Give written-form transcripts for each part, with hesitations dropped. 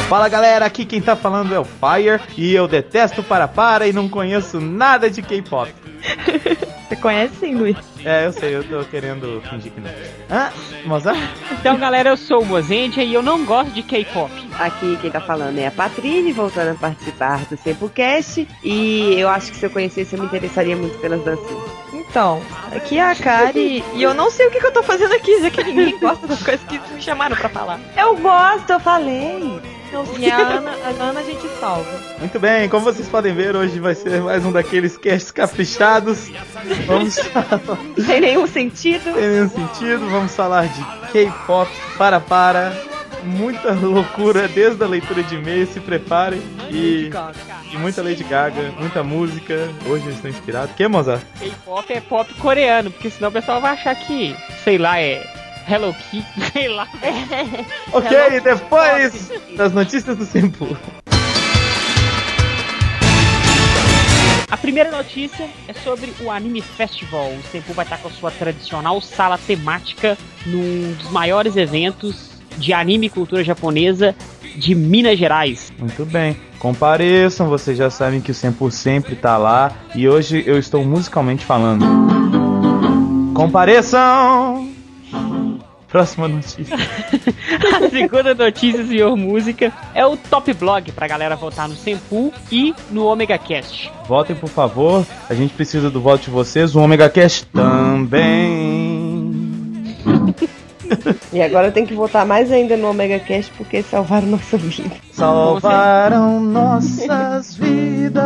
Fala galera, aqui quem tá falando é o Fire e eu detesto para e não conheço nada de K-pop. Você conhece sim, Luiz? É, eu sei, eu tô querendo fingir que não. Ah, Mozart? Então galera, eu sou o Mozendia e eu não gosto de K-pop. Aqui quem tá falando é a Patrine, voltando a participar do SempoCast. E eu acho que se eu conhecesse eu me interessaria muito pelas dancinhas. Então, aqui é a Kari e eu não sei o que eu tô fazendo aqui, já que ninguém gosta das coisas que me chamaram pra falar. Eu gosto, eu falei. Então sim, a Ana a gente salva. Muito bem, como vocês podem ver, hoje vai ser mais um daqueles casts caprichados. Vamos falar... Sem nenhum sentido. Sem nenhum sentido, vamos falar de K-pop para. Muita loucura desde a leitura de e-mail, se preparem. E muita Lady Gaga, muita música. Hoje eu estou inspirado. O que, Mozart? K-pop é pop coreano, porque senão o pessoal vai achar que, sei lá, é Hello Kitty, sei lá. Ok, depois das notícias do Sempo. A primeira notícia é sobre o Anime Festival. O Sempo vai estar com a sua tradicional sala temática num dos maiores eventos de anime e cultura japonesa de Minas Gerais. Muito bem, compareçam, vocês já sabem que o Sempo sempre tá lá e hoje eu estou musicalmente falando. Compareçam! Próxima notícia. A segunda notícia, senhor música, é o Top Blog pra galera votar no Sempo e no Omega Cast. Votem, por favor, a gente precisa do voto de vocês, o Omega Cast também. E agora eu tenho que votar mais ainda no Omega Cast porque salvaram nossa vida. Salvaram nossas vidas.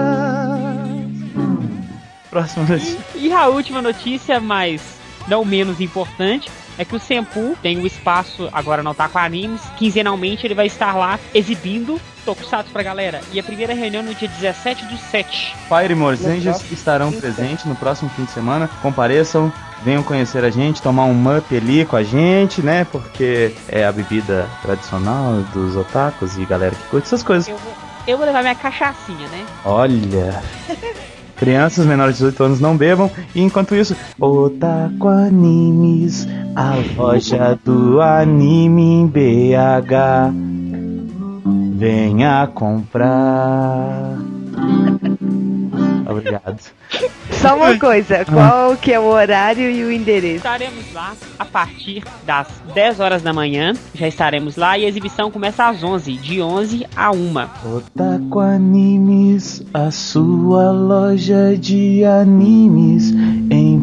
Próxima notícia. E a última notícia, mas não menos importante, é que o Sempo tem um espaço, agora não tá com animes, quinzenalmente ele vai estar lá exibindo Tokusatsu pra galera. E a primeira reunião no dia 17/7. Fire e Mozenjas estarão presentes no próximo fim de semana. Compareçam, venham conhecer a gente, tomar um mup ali com a gente, né? Porque é a bebida tradicional dos otakus e galera que curte essas coisas. Eu vou levar minha cachaçinha, né? Olha... Crianças menores de 18 anos não bebam. E enquanto isso, Otaku Animes, a loja do anime em BH. Venha comprar. Obrigado. Só uma coisa, qual que é o horário e o endereço? Estaremos lá a partir das 10 horas da manhã, já estaremos lá e a exibição começa às 11, de 11 a 1. Otaku Animes, a sua loja de animes em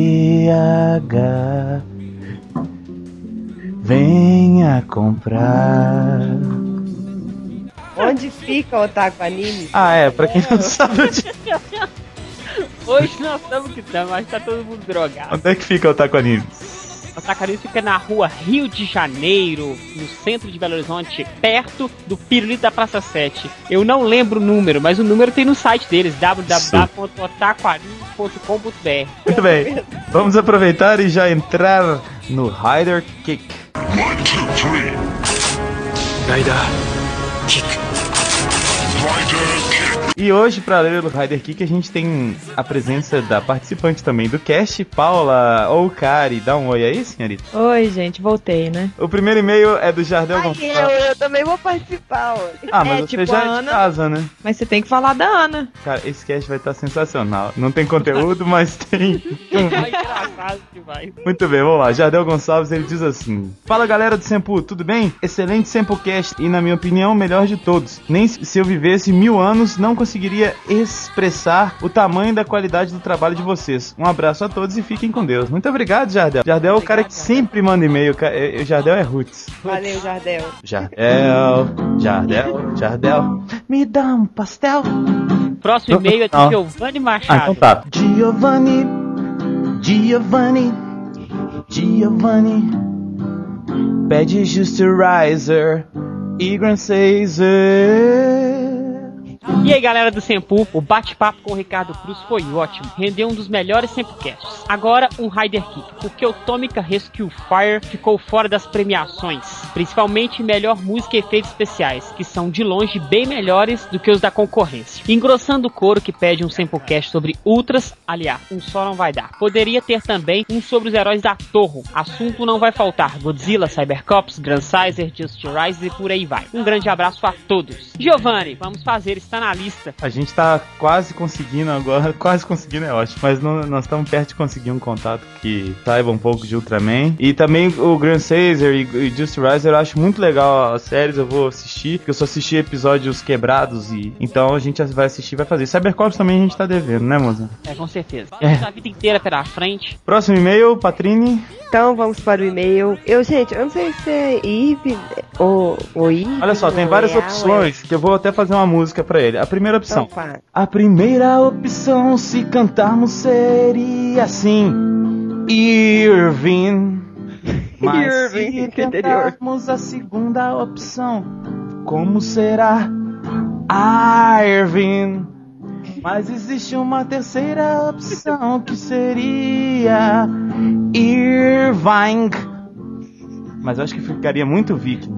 BH. Venha comprar. Onde fica o Otaku Anime? Ah, é, pra quem não sabe onde... Hoje nós estamos que estamos, acho que tá todo mundo drogado. Onde é que fica o Otaku Anime? O Otaku Anime fica na rua Rio de Janeiro, no centro de Belo Horizonte, perto do Pirulito da Praça 7. Eu não lembro o número, mas o número tem no site deles, www.otakuanime.com.br. Muito bem, vamos aproveitar e já entrar no Rider Kick. 1, 2, 3. Rider Kick. E hoje, para ler o Rider Kick, a gente tem a presença da participante também do cast, Paula ou Kari. Dá um oi aí, senhorita. Oi, gente, voltei, né? O primeiro e-mail é do Jardel Gonçalves. Eu também vou participar hoje. Ah, mas você tipo já a é de Ana. casa, né? Mas você tem que falar da Ana. Cara, esse cast vai estar sensacional. Não tem conteúdo, mas tem... É engraçado demais. Muito bem, vamos lá. Jardel Gonçalves, ele diz assim: fala galera do Sempo, tudo bem? Excelente SempoCast e, na minha opinião, o melhor de todos. Nem se eu vivesse 1000 anos, não conseguiria expressar o tamanho da qualidade do trabalho de vocês. Um abraço a todos e fiquem com Deus. Muito obrigado, Jardel. Jardel é o cara que sempre manda e-mail. O Jardel é roots. Valeu, Jardel. Jardel. Me dá um pastel. Próximo e-mail é do Giovanni Machado. Então tá. Giovanni pede Justerizer e Grand Caesar. E aí, galera do Senpu, o bate-papo com o Ricardo Cruz foi ótimo. Rendeu um dos melhores Sempucasts. Agora, um Rider Kick, porque o Tomica Rescue Fire ficou fora das premiações. Principalmente melhor música e efeitos especiais, que são de longe bem melhores do que os da concorrência. Engrossando o coro que pede um Sempucast sobre Ultras, aliás, um só não vai dar. Poderia ter também um sobre os heróis da Torre. Assunto não vai faltar. Godzilla, Cybercops, Grand Sizer, Just Rise e por aí vai. Um grande abraço a todos. Giovanni, vamos fazer, está na lista. A gente tá quase conseguindo agora, quase conseguindo é ótimo, mas nós estamos perto de conseguir um contato que saiba um pouco de Ultraman. E também o Grand Sizer e Just Rise eu acho muito legal as séries, eu vou assistir, porque eu só assisti episódios quebrados e então a gente vai assistir e vai fazer. Cybercops também a gente tá devendo, né, moça? É, com certeza. A vida inteira pela frente. Próximo e-mail, Patrini. Então vamos para o e-mail. Gente, eu não sei se é Irving ou Irving. Olha só, tem várias opções que eu vou até fazer uma música pra ele. A primeira opção. Opa. A primeira opção, se cantarmos, seria assim: Irving. Mas se cantarmos a segunda opção, como será? Irving. Mas existe uma terceira opção que seria Irving. Mas eu acho que ficaria muito viking.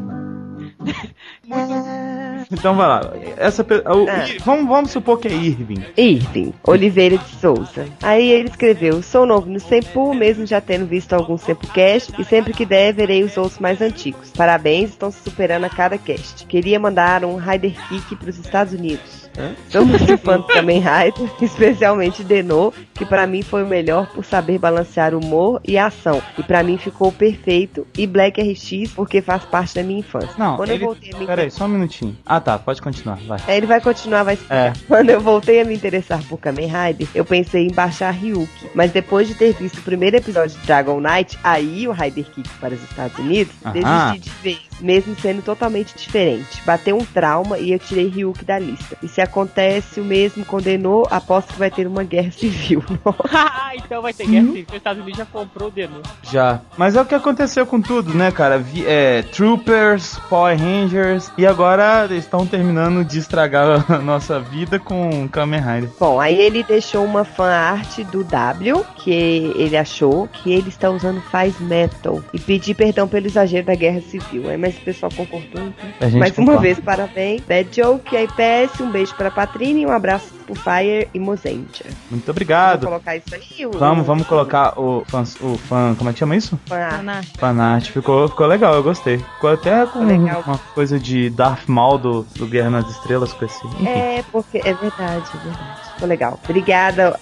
Então vai lá. Vamos supor que é Irving. Irving Oliveira de Souza. Aí ele escreveu: sou novo no Senpu, mesmo já tendo visto alguns Sempucast, e sempre que der verei os outros mais antigos. Parabéns, estão se superando a cada cast. Queria mandar um Rider Kick para os Estados Unidos. Sou muito fã do Kamen Rider, especialmente Denô, que pra mim foi o melhor por saber balancear humor e ação. E pra mim ficou perfeito. E Black RX porque faz parte da minha infância. Não, quando eu voltei a me... Peraí, só um minutinho. Ah tá, pode continuar, vai. Ele vai continuar, vai explicar. Quando eu voltei a me interessar por Kamen Rider, eu pensei em baixar Ryuki. Mas depois de ter visto o primeiro episódio de Dragon Knight, aí o Rider Kick para os Estados Unidos, desisti de vez, mesmo sendo totalmente diferente. Bateu um trauma e eu tirei Ryuki da lista. E se acontece o mesmo com Denô, aposto que vai ter uma guerra civil. Então vai ter guerra civil. Os Estados Unidos já comprou o Denô. Já. Mas é o que aconteceu com tudo, né, cara? Troopers, Power Rangers, e agora eles estão terminando de estragar a nossa vida com Kamen Rider. Bom, aí ele deixou uma fan art do W, que ele achou que ele está usando faz metal, e pedir perdão pelo exagero da guerra civil. Aí, mas o pessoal concordou, então. Mais uma vez, parabéns. Bad Joke, aí PS, um beijo pra Patrícia e um abraço pro Fire e Mozendia. Muito obrigado. Vamos colocar isso aí? Vamos colocar o fã, como é que chama isso? Fanart. Ficou legal, eu gostei. Ficou até com uma coisa de Darth Maul do Guerra nas Estrelas com esse. Enfim. Porque é verdade. Ficou legal. Obrigado.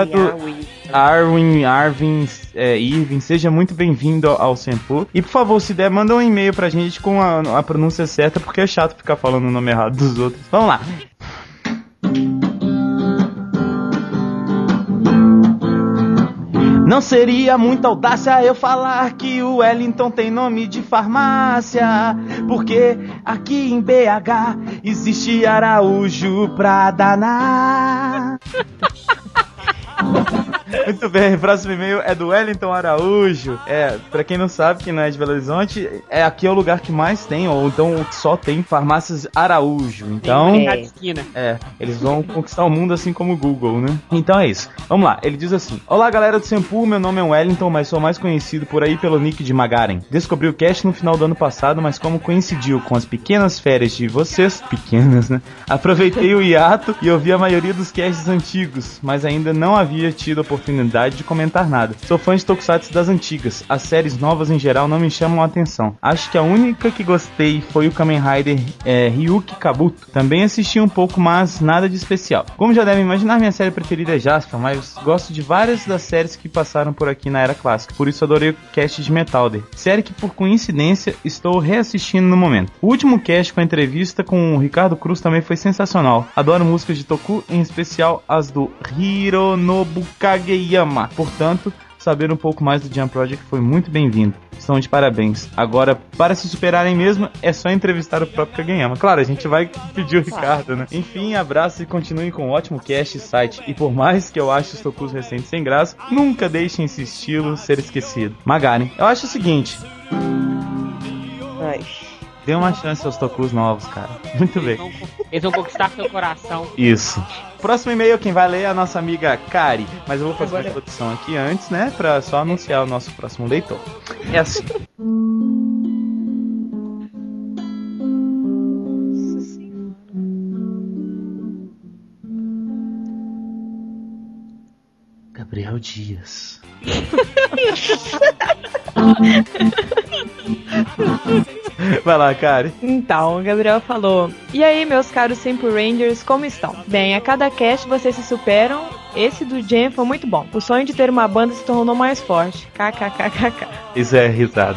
Irving, seja muito bem-vindo ao Senpu. E por favor, se der, manda um e-mail pra gente com a pronúncia certa, porque é chato ficar falando o nome errado dos outros. Vamos lá. Não seria muita audácia eu falar que o Wellington tem nome de farmácia, porque aqui em BH existe Araújo pra danar. Muito bem, o próximo e-mail é do Wellington Araújo. Pra quem não sabe, que não é de Belo Horizonte, aqui é o lugar que mais tem, ou então só tem farmácias Araújo. Então, eles vão conquistar o mundo assim como o Google, né? Então é isso. Vamos lá, ele diz assim: olá galera do Senpu, meu nome é Wellington, mas sou mais conhecido por aí pelo nick de Magaren. Descobri o cast no final do ano passado, mas como coincidiu com as pequenas férias de vocês, pequenas, né? Aproveitei o hiato e ouvi a maioria dos casts antigos, mas ainda não havia tido oportunidade de comentar nada. Sou fã de Tokusatsu das antigas. As séries novas em geral não me chamam a atenção. Acho que a única que gostei foi o Kamen Rider Ryuki Kabuto. Também assisti um pouco, mas nada de especial. Como já devem imaginar, minha série preferida é Jasper, mas gosto de várias das séries que passaram por aqui na era clássica. Por isso adorei o cast de Metalder, série que por coincidência estou reassistindo no momento. O último cast com a entrevista com o Ricardo Cruz também foi sensacional. Adoro músicas de Toku, em especial as do Hironobu Kageyama. Portanto, saber um pouco mais do Jump Project foi muito bem-vindo. Estão de parabéns. Agora, para se superarem mesmo, é só entrevistar o próprio Kageyama. Claro, a gente vai pedir o Ricardo, né? Enfim, abraço e continuem com um ótimo cast e site. E por mais que eu ache os Tokus recentes sem graça, nunca deixem esse estilo ser esquecido. Magaren, eu acho o seguinte... Dê uma chance aos Tokus novos, cara. Muito bem. Eles vão conquistar seu coração. Isso. Próximo e-mail, quem vai ler é a nossa amiga Kari. Mas eu vou fazer uma introdução aqui antes, né? Pra só anunciar o nosso próximo leitor. É assim. Gabriel Dias. Vai lá, Kari. Então, o Gabriel falou: E aí, meus caros Sempo Rangers, como estão? Bem, a cada cast vocês se superam. Esse do Jam foi muito bom. O sonho de ter uma banda se tornou mais forte. KKKKK. Isso é risado.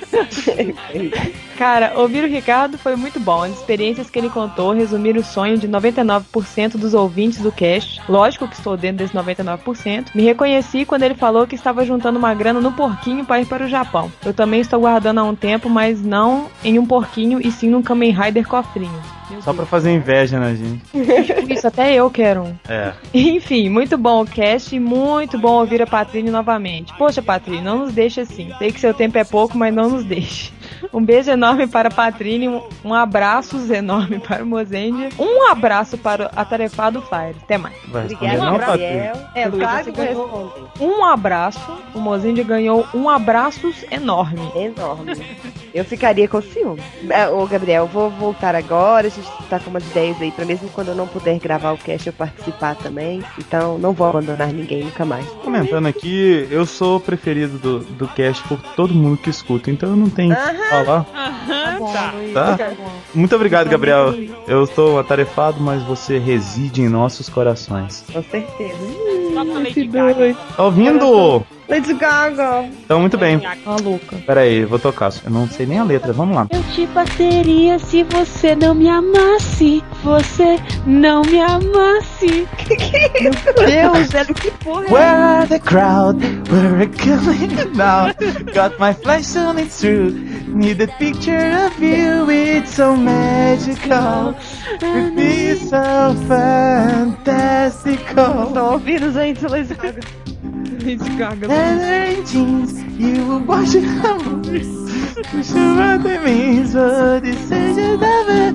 Cara, ouvir o Ricardo foi muito bom. As experiências que ele contou resumiram o sonho de 99% dos ouvintes do cast. Lógico que estou dentro desse 99%. Me reconheci quando ele falou que estava juntando uma grana no porquinho para ir para o Japão. Eu também estou guardando há um tempo, mas não em um porquinho e sim num Kamen Rider cofrinho. Só pra fazer inveja na gente. Isso, até eu quero um. É. Enfim, muito bom o cast e muito bom ouvir a Patrine novamente. Poxa, Patrine, não nos deixe assim. Sei que seu tempo é pouco, mas não nos deixe. Um beijo enorme para a Patrine, um abraço enorme para o Mozendia, um abraço para o atarefado Fire. Até mais. Vai Obrigada, responder não, Gabriel. É, Luiz, Claro você que vou ganhou responder. um abraço. O Mozendia ganhou um abraço enorme. Enorme. Eu ficaria com ciúme. Ô, Gabriel, vou voltar agora. A gente tá com umas ideias aí pra mesmo quando eu não puder gravar o cast eu participar também. Então não vou abandonar ninguém nunca mais. Comentando aqui, eu sou o preferido do cast por todo mundo que escuta, então eu não tenho o que falar. Tá bom, Luiz. Tá? Tá bom. Muito obrigado, Gabriel. Eu estou atarefado, mas você reside em nossos corações. Com certeza. Só pra Lady Gaga. Tá ouvindo? Lady Gaga. Então, muito bem. Maluca. Pera aí, eu vou tocar. Eu não sei nem a letra, vamos lá. Eu te bateria se você não me amasse. Você não me amasse. Meu Deus, velho, que porra é Where are the crowd? Where are coming now? Got my flash on it through. Need a picture of you, it's so magical. It be so fantastical. Estão ouvindo, gente? Lady Gaga. Lady Gaga. Leather and jeans, you will wash it out. You should what it means, but it says you never.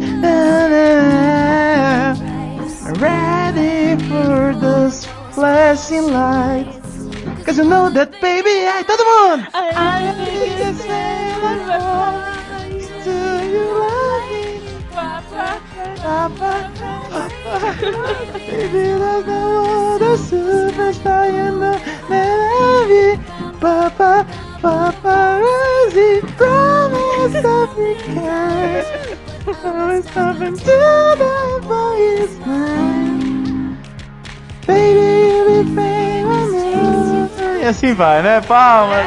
Ready for those flashing lights. Cause you know that baby, todo mundo! I just say my voice. Do you love me? Papa, Papa, Papa. Baby, there's no other superstar you know that I be. Papa, paparazzi, promise Africa. Always stopping to the boy's mind. Baby, you'll be famous. E assim vai, né? Palmas!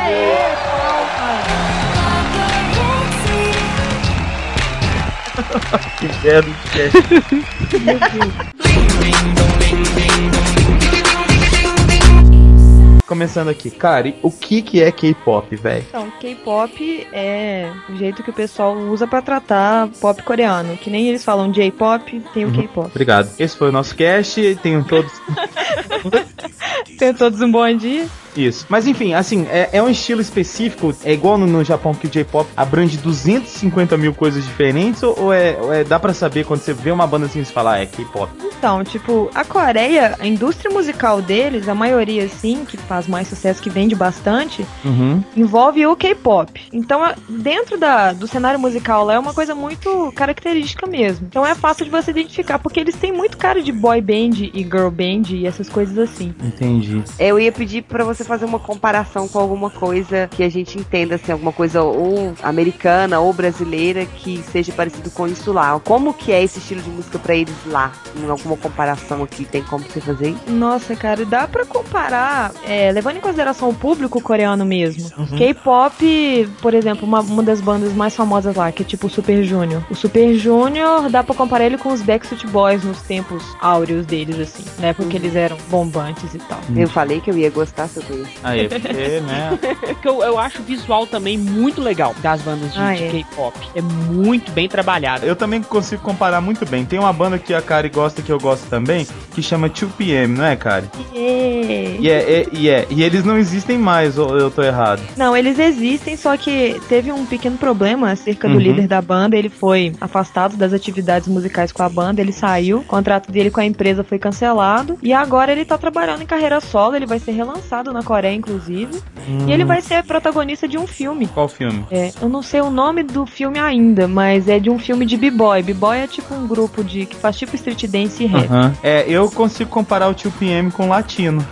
Que merda que é. Começando aqui, cara, o que é K-pop, velho? Então, K-pop é o jeito que o pessoal usa pra tratar pop coreano. Que nem eles falam J-pop, tem o K-pop. Obrigado. Esse foi o nosso cast. Tenham todos. Tenham todos um bom dia. Isso. Mas enfim, assim, é um estilo específico. É igual no Japão que o J-pop abrange 250 mil coisas diferentes? Ou dá pra saber quando você vê uma banda assim e você fala, é K-pop? Então, tipo, a Coreia, a indústria musical deles, a maioria, assim, que faz mais sucesso, que vende bastante, envolve o K-pop. Então, dentro do cenário musical lá, é uma coisa muito característica mesmo. Então, é fácil de você identificar, porque eles têm muito cara de boy band e girl band e essas coisas assim. Entendi. Eu ia pedir pra você fazer uma comparação com alguma coisa que a gente entenda, assim, alguma coisa ou americana ou brasileira que seja parecido com isso lá. Como que é esse estilo de música pra eles lá? Em alguma comparação aqui, tem como você fazer? Nossa, cara, dá pra comparar, levando em consideração o público coreano mesmo. K-pop, por exemplo, uma das bandas mais famosas lá, que é tipo o Super Junior. O Super Junior, dá pra comparar ele com os Backstreet Boys nos tempos áureos deles, assim, né? Porque eles eram bombantes e tal. Eu falei que eu ia gostar sobre isso. Aí, porque, né? Porque eu acho o visual também muito legal das bandas de K-pop. É muito bem trabalhado. Eu também consigo comparar muito bem. Tem uma banda que a Kari gosta que eu eu gosto também, que chama 2PM, não é, cara? E eles não existem mais, ou eu tô errado? Não, eles existem, só que teve um pequeno problema acerca do líder da banda. Ele foi afastado das atividades musicais com a banda, ele saiu, o contrato dele com a empresa foi cancelado, e agora ele tá trabalhando em carreira solo, ele vai ser relançado na Coreia, inclusive, e ele vai ser protagonista de um filme. Qual filme? Eu não sei o nome do filme ainda, mas é de um filme de b-boy. B-boy é tipo um grupo que faz tipo street dance e rap. Eu consigo comparar o 2PM com o latino.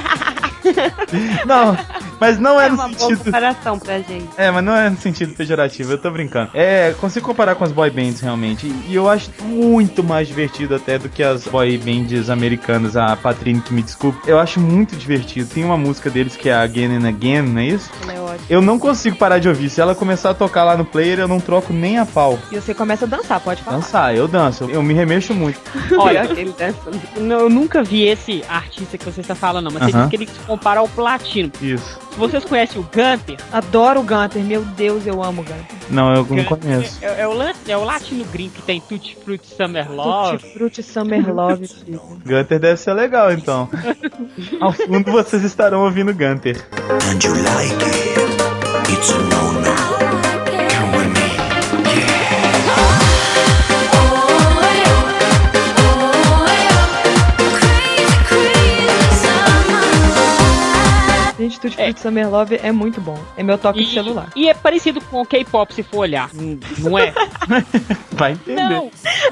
Não, mas não é no uma sentido... boa comparação pra gente. Mas não é no sentido pejorativo, eu tô brincando. Consigo comparar com as boy bands, realmente. E eu acho muito mais divertido até do que as boy bands americanas. A Patrine, que me desculpe, eu acho muito divertido. Tem uma música deles que é Again and Again, não é isso? É ótimo. Eu não consigo parar de ouvir. Se ela começar a tocar lá no player, eu não troco nem a pau. E você começa a dançar, pode falar. Dançar, eu danço. Eu me remexo muito. Olha, eu nunca vi esse artista que você está falando, não, mas você disse que ele se compara ao Platino. Isso. Vocês conhecem o Gunter? Adoro o Gunter, meu Deus, eu amo o Gunter. Não, eu não conheço. É o latino gringo que tem Tutti Frutti Summer Love. Tutti Frutti Summer Love, filho. Gunter deve ser legal, então. Ao fundo vocês estarão ouvindo Gunter. And you like it? It's a no-no. Come with me. Gente, Tutti Frutti Summer Love é muito bom. É meu toque de celular. E é parecido com o K-pop, se for olhar. Não é? Vai entender. Não.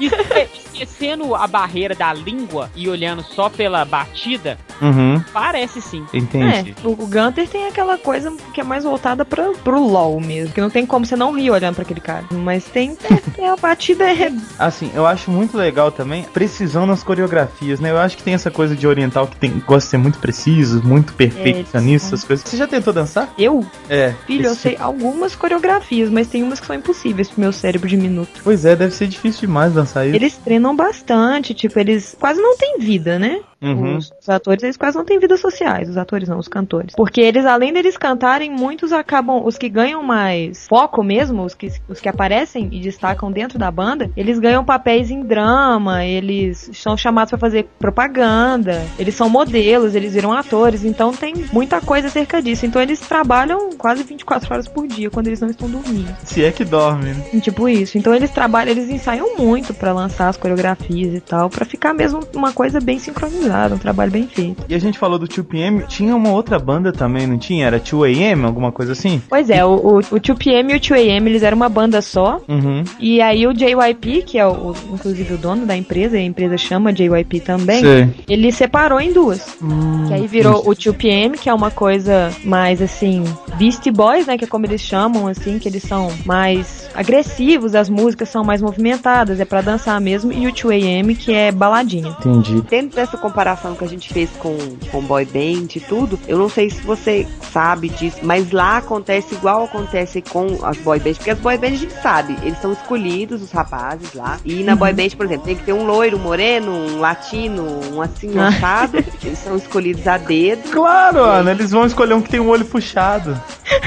Esquecendo a barreira da língua e olhando só pela batida, parece sim. Entendi. O Gunter tem aquela coisa que é mais voltada pro LOL mesmo. Que não tem como você não rir olhando pra aquele cara. Mas tem a batida Assim, eu acho muito legal também precisão nas coreografias, né? Eu acho que tem essa coisa de oriental que gosta de ser muito preciso, muito perfeccionista, essas coisas. Você já tentou dançar? Eu? É. Filho, eu sei algumas coreografias, mas tem umas que são impossíveis pro meu cérebro diminuto. Pois é, deve ser difícil demais dançar isso. Eles treinam bastante, tipo, eles quase não têm vida, né? Os atores, eles quase não têm vidas sociais. Os atores não, os cantores. Porque eles, além deles cantarem, muitos acabam... Os que ganham mais foco mesmo, os que aparecem e destacam dentro da banda, eles ganham papéis em drama, eles são chamados pra fazer propaganda, eles são modelos, eles viram atores, então tem muita coisa acerca disso. Então eles trabalham quase 24 horas por dia, quando eles não estão dormindo. Se é que dorme, né? Tipo isso. Então eles ensaiam muito pra lançar as coreografias e tal, pra ficar mesmo uma coisa bem sincronizada. Um trabalho bem feito. E a gente falou do 2PM, tinha uma outra banda também, não tinha? Era 2AM, alguma coisa assim? Pois é, o 2PM e o 2AM, eles eram uma banda só. E aí o JYP, que é inclusive o dono da empresa, e a empresa chama JYP também, ele separou em duas. Que aí virou o 2PM, que é uma coisa mais assim, Beastie Boys, né, que é como eles chamam, assim, que eles são mais agressivos, as músicas são mais movimentadas, é pra dançar mesmo, e o 2AM, que é baladinha. Entendi. Dentro dessa comparação que a gente fez com boy band e tudo, eu não sei se você sabe disso, mas lá acontece igual acontece com as boy bands, porque as boy bands a gente sabe, eles são escolhidos, os rapazes lá, e na boy band, por exemplo, tem que ter um loiro, um moreno, um latino, um assim, assado, eles são escolhidos a dedo. Claro, Ana, eles vão escolher um que tem um olho puxado.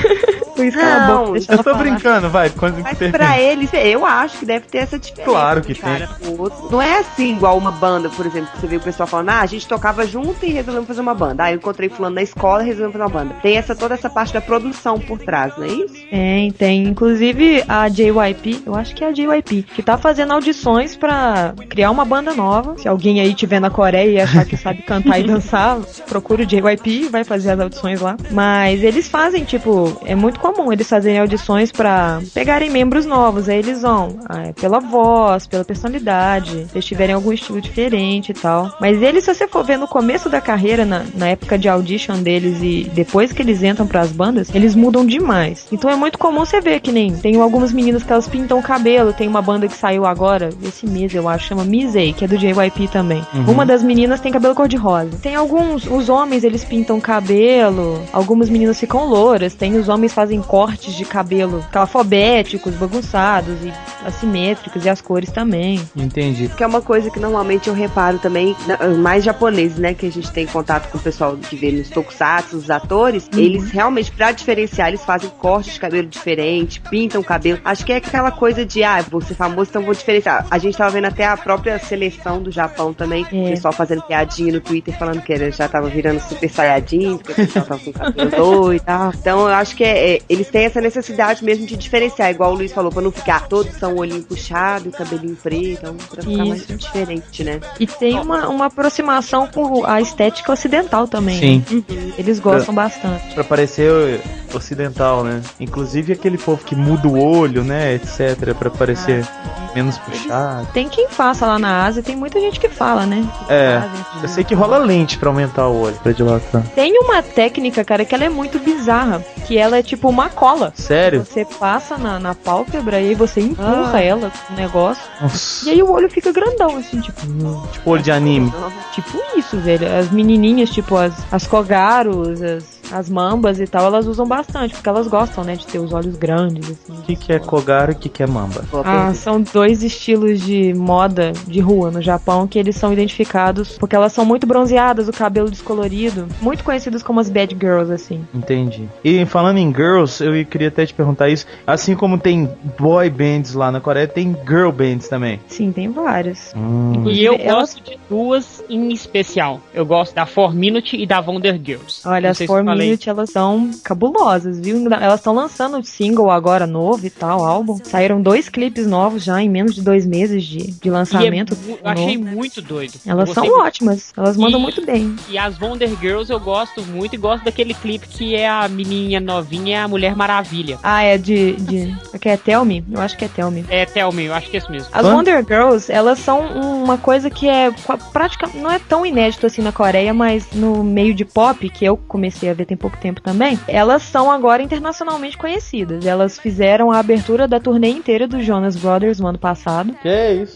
Não, eu tô brincando, vai. Mas pra eles, eu acho que deve ter essa diferença. Claro que tem. Não é assim igual uma banda, por exemplo, que você vê o pessoal falando, a gente tocava junto e resolvemos fazer uma banda. Eu encontrei fulano na escola e resolvemos fazer uma banda. Tem toda essa parte da produção por trás, não é isso? Tem. Inclusive a JYP, eu acho que é a JYP, que tá fazendo audições pra criar uma banda nova. Se alguém aí tiver na Coreia e achar que sabe cantar e dançar, procura o JYP e vai fazer as audições lá. Mas eles fazem, tipo, é muito comum eles fazerem audições pra pegarem membros novos. Aí eles vão pela voz, pela personalidade, se eles tiverem algum estilo diferente e tal. Mas eles, se você for ver no começo da carreira, na época de audition deles e depois que eles entram pras bandas, eles mudam demais. Então é muito comum você ver que nem tem algumas meninas que elas pintam o cabelo. Tem uma banda que saiu agora, esse mês eu acho, chama Mizei, que é do JYP também. Uma das meninas tem cabelo cor-de-rosa. Tem os homens, eles pintam cabelo, algumas meninas ficam louras, tem os homens fazem fazem cortes de cabelo calafobéticos, bagunçados e assimétricos, e as cores também. Entendi. Que é uma coisa que normalmente eu reparo também, mais japoneses, né, que a gente tem contato com o pessoal que vê nos tokusatsu, os atores, eles realmente, pra diferenciar, eles fazem cortes de cabelo diferente, pintam o cabelo. Acho que é aquela coisa de, vou ser famoso, então vou diferenciar. A gente tava vendo até a própria seleção do Japão também, o pessoal fazendo piadinha no Twitter, falando que ele já tava virando super saiyajin, porque o pessoal tava com cabelo doido e tal. Então eu acho que eles têm essa necessidade mesmo de diferenciar, igual o Luiz falou, pra não ficar todos são o olhinho puxado e o cabelinho preto, então pra ficar mais diferente, né? E tem uma aproximação com a estética ocidental também. Sim. Né? Eles gostam bastante. Pra parecer ocidental, né? Inclusive aquele povo que muda o olho, né, etc, pra parecer menos puxado. Tem quem faça lá na Ásia, tem muita gente que fala, né? Eu sei que rola lente pra aumentar o olho, pra dilatar. Tem uma técnica, cara, que ela é muito bizarra, que ela é tipo uma cola. Sério? Você passa na pálpebra e aí você empurra ela com o negócio. Nossa. E aí o olho fica grandão, assim, tipo... Tipo olho de anime. Tipo isso, velho. As menininhas, tipo as Kogarus, as mambas e tal, elas usam bastante, porque elas gostam, né, de ter os olhos grandes, assim. O que é Kogaru e o que é Mamba? São dois estilos de moda de rua no Japão que eles são identificados porque elas são muito bronzeadas, o cabelo descolorido, muito conhecidas como as bad girls, assim. Entendi. E falando em girls, eu queria até te perguntar isso, assim como tem boy bands lá na Coreia, tem girl bands também? Sim, tem várias. E eu gosto de duas em especial. Eu gosto da 4Minute e da Wonder Girls. Olha, as 4Minute, elas são cabulosas, viu? Elas estão lançando single agora novo e tal, álbum. Saíram 2 clipes novos já em menos de 2 meses de lançamento. Eu achei muito doido. Elas são ótimas, elas mandam muito bem. E as Wonder Girls eu gosto muito e gosto daquele clipe que é a menininha novinha e a Mulher Maravilha. É que é Tell Me? Eu acho que é Tell Me. É Tell Me, eu acho que é isso mesmo. As Wonder Girls, elas são uma coisa que é praticamente, não é tão inédito assim na Coreia, mas no meio de pop, que eu comecei a ver tem pouco tempo também, elas são agora internacionalmente conhecidas. Elas fizeram a abertura da turnê inteira do Jonas Brothers no ano passado. Que é isso?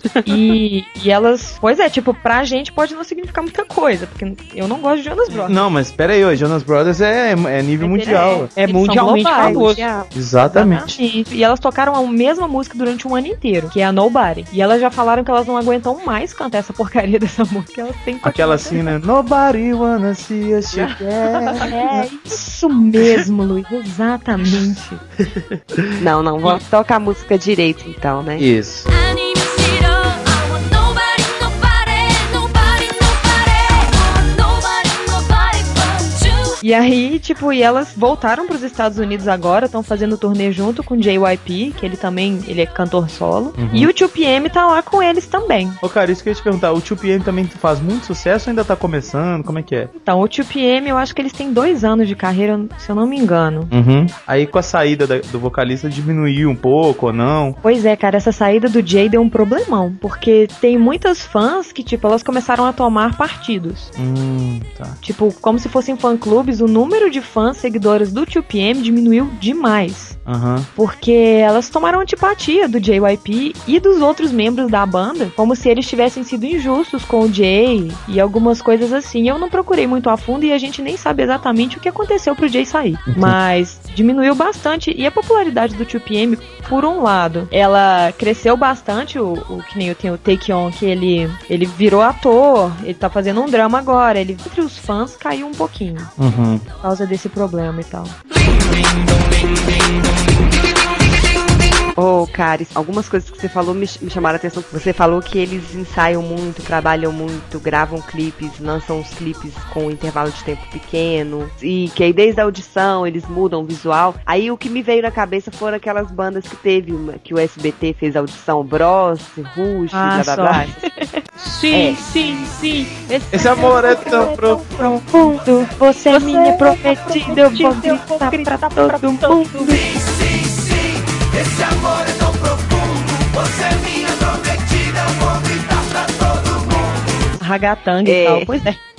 E elas, pois é, tipo, pra gente pode não significar muita coisa, porque eu não gosto de Jonas Brothers. Não, mas pera aí, o Jonas Brothers é nível mundial. É mundialmente famoso. Exatamente. E elas tocaram a mesma música durante um ano inteiro, que é a Nobody. E elas já falaram que elas não aguentam mais cantar essa porcaria dessa música. Elas têm que aquela assim, né? Nobody wanna see us together. É isso mesmo, Luiz, exatamente. Não, vou tocar a música direito então, né? Isso. E aí, tipo, e elas voltaram pros Estados Unidos agora, estão fazendo turnê junto com o JYP, que ele é cantor solo. E o 2PM tá lá com eles também. Ô, cara, isso que eu ia te perguntar, o 2PM também faz muito sucesso ou ainda tá começando? Como é que é? Então, o 2PM, eu acho que eles têm 2 anos de carreira, se eu não me engano. Aí com a saída do vocalista diminuiu um pouco ou não? Pois é, cara, essa saída do Jay deu um problemão, porque tem muitas fãs que, tipo, elas começaram a tomar partidos. Tá. Tipo, como se fossem fã-clubes, o número de fãs seguidores do 2PM diminuiu demais. Porque elas tomaram antipatia do JYP e dos outros membros da banda, como se eles tivessem sido injustos com o Jay e algumas coisas assim. Eu não procurei muito a fundo e a gente nem sabe exatamente o que aconteceu pro Jay sair. Mas diminuiu bastante. E a popularidade do 2PM, por um lado, ela cresceu bastante, que nem eu tenho o Taekyon, que ele virou ator, ele tá fazendo um drama agora, ele entre os fãs caiu um pouquinho. Por causa desse problema e tal. Ô, Caris, algumas coisas que você falou me chamaram a atenção. Você falou que eles ensaiam muito, trabalham muito, gravam clipes, lançam os clipes com um intervalo de tempo pequeno, e que aí desde a audição eles mudam o visual. Aí o que me veio na cabeça foram aquelas bandas que teve, que o SBT fez audição, Bros, Rush, blá blá blá. Sim. Esse amor é tão profundo. Você é minha prometida, eu vou gritar pra todo mundo. Esse amor é tão profundo, você é minha prometida, eu vou gritar pra todo mundo. Ragatanga e tal, pois é.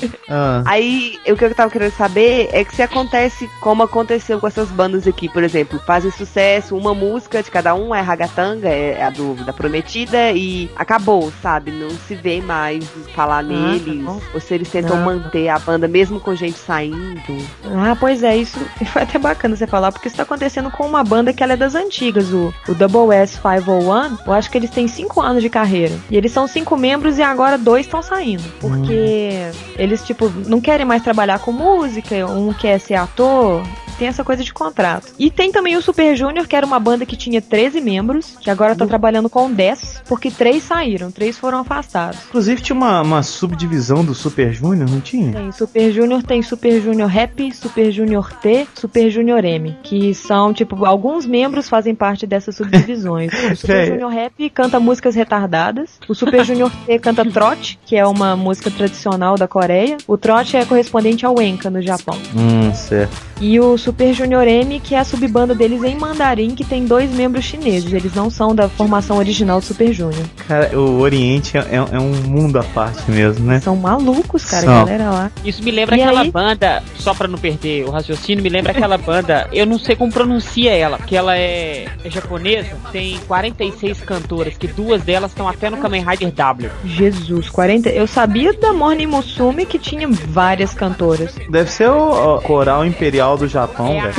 Aí, o que eu tava querendo saber é que se acontece como aconteceu com essas bandas aqui, por exemplo, fazem sucesso, uma música de cada um é ragatanga, é a da Prometida e acabou, sabe? Não se vê mais falar neles, ou se eles tentam manter a banda mesmo com gente saindo. Pois é, isso foi até bacana você falar, porque isso tá acontecendo com uma banda que ela é das antigas, o Double S 501, eu acho que eles têm 5 anos de carreira, e eles são 5 membros e agora 2 estão saindo, porque eles, tipo, não querem mais trabalhar com música, um quer ser ator, tem essa coisa de contrato. E tem também o Super Junior, que era uma banda que tinha 13 membros, que agora tá trabalhando com 10, porque 3 saíram, 3 foram afastados. Inclusive tinha uma subdivisão do Super Junior, não tinha? Tem Super Junior Rap, Super Junior T, Super Junior M, que são, tipo, alguns membros fazem parte dessas subdivisões. O Super Junior Rap canta músicas retardadas, o Super Junior T canta trot, que é uma música tradicional da Coreia. O trot é correspondente ao enka no Japão. Certo. E o Super Junior M, que é a subbanda deles em mandarim, que tem 2 membros chineses. Eles não são da formação original do Super Junior. Cara, o Oriente é um mundo à parte mesmo, né? São malucos, cara, a galera lá. Isso me lembra aquela banda, só pra não perder o raciocínio, me lembra aquela banda, eu não sei como pronuncia ela, porque ela é japonesa, tem 46 cantoras, que 2 delas estão até no Kamen Rider W. Jesus, 40... Eu sabia da Morning Musume que tinha várias cantoras. Deve ser o coral imperial do Japão, velho.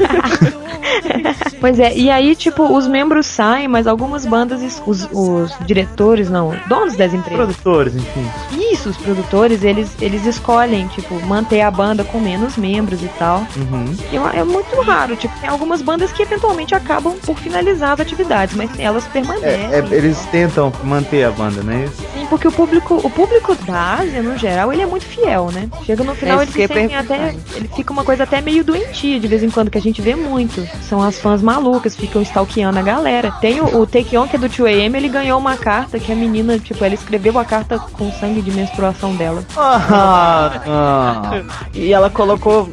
Pois é, e aí, tipo, os membros saem, mas algumas bandas, os diretores, não, donos das empresas. Produtores, enfim. Isso, os produtores, eles escolhem, tipo, manter a banda com menos membros e tal. E é muito raro, tipo, tem algumas bandas que eventualmente acabam por finalizar as atividades, mas elas permanecem. Eles tentam manter a banda, não é isso? Sim, porque o público da Ásia, no geral, ele é muito fiel, né? Chega no final, ele fica uma coisa até meio doentia, de vez em quando, que a gente vê muito. São as fãs malucas, ficam stalkeando a galera. Tem o Taekyon, que é do 2AM, ele ganhou uma carta que a menina, tipo, ela escreveu a carta com sangue de menstruação dela. E ela colocou,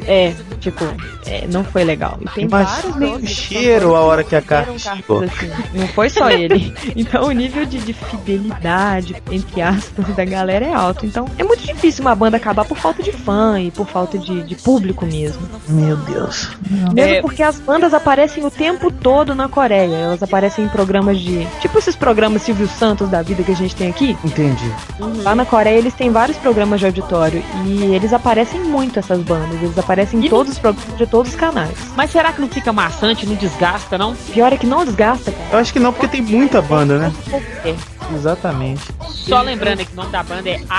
não foi legal. E tem vários nem cheiro a hora que a carta chegou. Assim. Não foi só ele. Então o nível de fidelidade, entre aspas, da galera é alto. Então é muito difícil uma banda acabar por falta de fã e por falta de público mesmo. Meu Deus. Mesmo porque as bandas aparecem o tempo todo na Coreia. Elas aparecem em programas de... Tipo esses programas Silvio Santos da vida que a gente tem aqui. Entendi. Lá na Coreia eles têm vários programas de auditório. E eles aparecem muito, essas bandas. Eles aparecem em todos os programas de todos os canais. Mas será que não fica maçante, não desgasta, não? Pior é que não desgasta, cara. Eu acho que não, porque tem muita banda, né? Exatamente. Só lembrando que o nome da banda é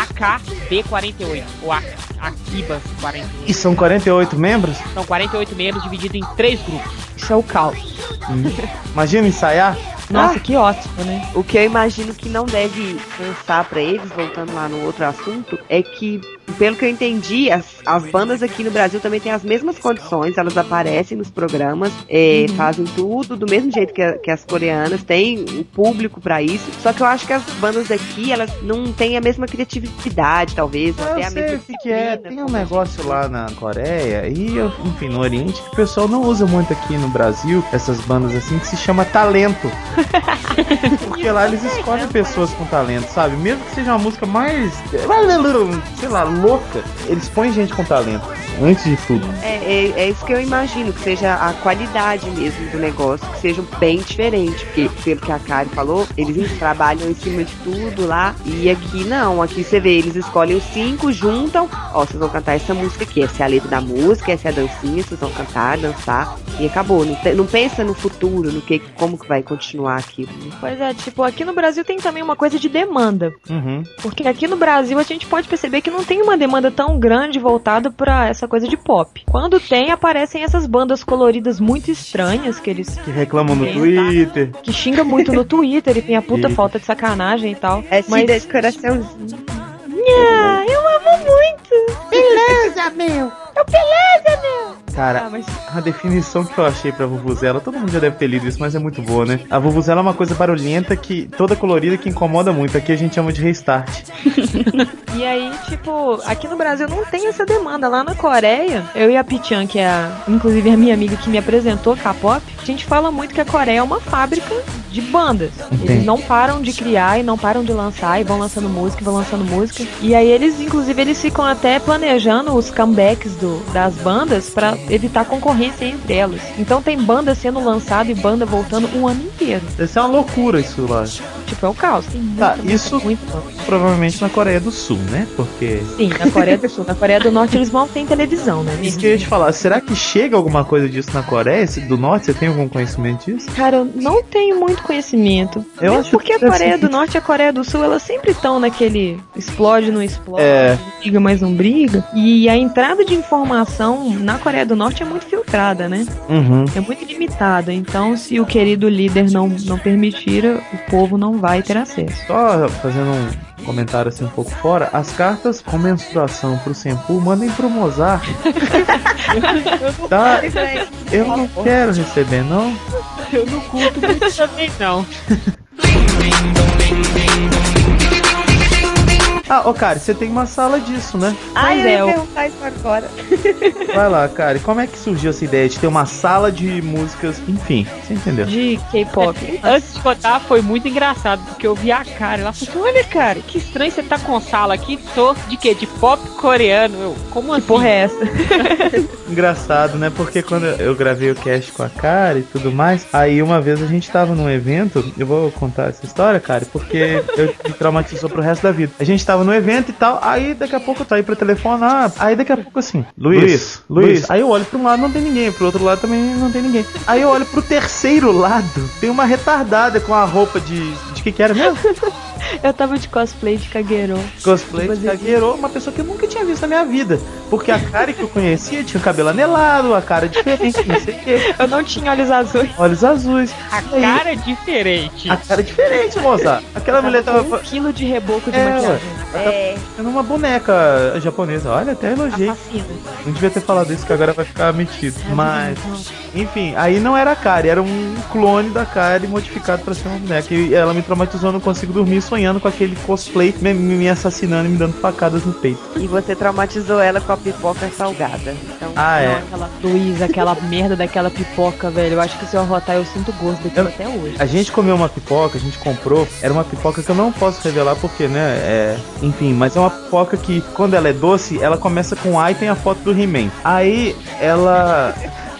AKB48, ou Akibas 48. E são 48 membros? São 48 membros divididos em 3 grupos. Isso é o caos. Imagina ensaiar? Nossa, que ótimo, né? O que eu imagino que não deve cansar pra eles, voltando lá no outro assunto, é que, pelo que eu entendi, as bandas aqui no Brasil também têm as mesmas condições, elas aparecem nos programas, fazem tudo do mesmo jeito que as coreanas, tem o público pra isso, só que eu acho que as bandas aqui, elas não têm a mesma criatividade, talvez, não tem a mesma disciplina. Tem um negócio lá na Coreia e, enfim, no Oriente, que o pessoal não usa muito aqui no Brasil, essas bandas assim, que se chama talento. Porque lá eles escolhem pessoas com talento, sabe? Mesmo que seja uma música mais, sei lá, louca, eles põem gente com talento, antes de tudo. É isso que eu imagino, que seja a qualidade mesmo do negócio, que seja bem diferente, porque, pelo que a Kari falou, eles trabalham em cima de tudo lá, e aqui não, aqui você vê, eles escolhem os 5, juntam, vocês vão cantar essa música aqui, essa é a letra da música, essa é a dancinha, vocês vão cantar, dançar, e acabou. Não pensa no futuro, como que vai continuar aquilo. Pois é, tipo, aqui no Brasil tem também uma coisa de demanda. Porque aqui no Brasil a gente pode perceber que não tem uma demanda tão grande voltada pra essa coisa de pop. Quando tem, aparecem essas bandas coloridas muito estranhas que eles... Que reclamam no Twitter. Que xingam muito no Twitter e tem a puta falta de sacanagem e tal. Mas desse coraçãozinho. Eu amo muito. Beleza, meu. Beleza, meu. Cara, mas a definição que eu achei pra vuvuzela, todo mundo já deve ter lido isso, mas é muito boa, né? A vuvuzela é uma coisa barulhenta, toda colorida, que incomoda muito. Aqui a gente chama de restart. E aí, tipo, aqui no Brasil não tem essa demanda. Lá na Coreia, eu e a Pichan, que é inclusive a minha amiga que me apresentou K-pop, a gente fala muito que a Coreia é uma fábrica de bandas. Entendi. Eles não param de criar e não param de lançar, e vão lançando música, vão lançando música. E aí inclusive, eles ficam até planejando os comebacks das bandas pra evitar concorrência entre elas. Então tem banda sendo lançada e banda voltando um ano inteiro. Deve ser uma loucura isso lá. Tipo, é o caos. Tem Tá, muita, isso muito. provavelmente na Coreia do Sul, né? Porque... Sim, na Coreia do Sul. Na Coreia do Norte eles vão ter televisão, né? Isso que eu ia te falar, será que chega alguma coisa disso na Coreia do Norte? Você tem algum conhecimento disso? Cara, eu não tenho muito conhecimento. Eu Mesmo acho porque que a Coreia assim- do Norte e a Coreia do Sul, elas sempre estão naquele explode, não explode, É. briga, mas não briga. E a entrada de informação na Coreia do Norte é muito filtrada, né? Uhum. É muito limitada. Então, se o querido líder não permitir, o povo não vai ter acesso. Só fazendo um comentário assim um pouco fora, as cartas com menstruação pro Senpu mandem pro Mozart. Tá? Eu não quero receber, não. Eu não curto muito também, não. Ah, ô, Kari, você tem uma sala disso, né? Ai, Pois eu é, ia o- perguntar isso agora. Vai lá, Kari, como é que surgiu essa ideia de ter uma sala de músicas, enfim, você entendeu? De K-pop. Antes de contar, foi muito engraçado, porque eu vi a cara, ela falou assim, olha, cara, que estranho você tá com sala aqui, tô de quê? De pop coreano. Eu, como Que assim? porra é essa? Engraçado, né? Porque quando eu gravei o cast com a Kari e tudo mais, aí uma vez a gente tava num evento, eu vou contar essa história, Kari, porque eu me traumatizou pro resto da vida. A gente tava no evento e tal, aí daqui a pouco eu saí pra telefonar, aí daqui a pouco assim, Luiz, aí eu olho pra um lado, não tem ninguém, pro outro lado também não tem ninguém. Aí eu olho pro terceiro lado, tem uma retardada com a roupa de que era mesmo? Eu tava de cosplay de Kagero. Cosplay de Kagero, uma pessoa que eu nunca tinha visto na minha vida. Porque a Kari que eu conhecia tinha o cabelo anelado, a cara diferente, não sei o quê. Eu não tinha olhos azuis. Olhos azuis. A cara é diferente. A cara é diferente, moça. Aquela mulher tava 1 quilo de reboco de É, maquiagem. É, sendo uma boneca japonesa. Olha, até elogiei. Assassino. Não devia ter falado isso, que agora vai ficar metido. Mas, enfim, aí não era a Kari, era um clone da Kari modificado pra ser uma boneca. E ela me traumatizou, eu não consigo dormir sonhando com aquele cosplay me assassinando e me dando facadas no peito. e você traumatizou ela com a pipoca salgada. Então, Ah, Não, é. aquela Luiz, aquela merda daquela pipoca, velho. Eu acho que se eu arrotar, eu sinto gosto daquilo até hoje. A gente comeu uma pipoca, a gente comprou, era uma pipoca que eu não posso revelar porque, né, enfim, mas é uma pipoca que, quando ela é doce, ela começa com A e tem a foto do He-Man. Aí, ela...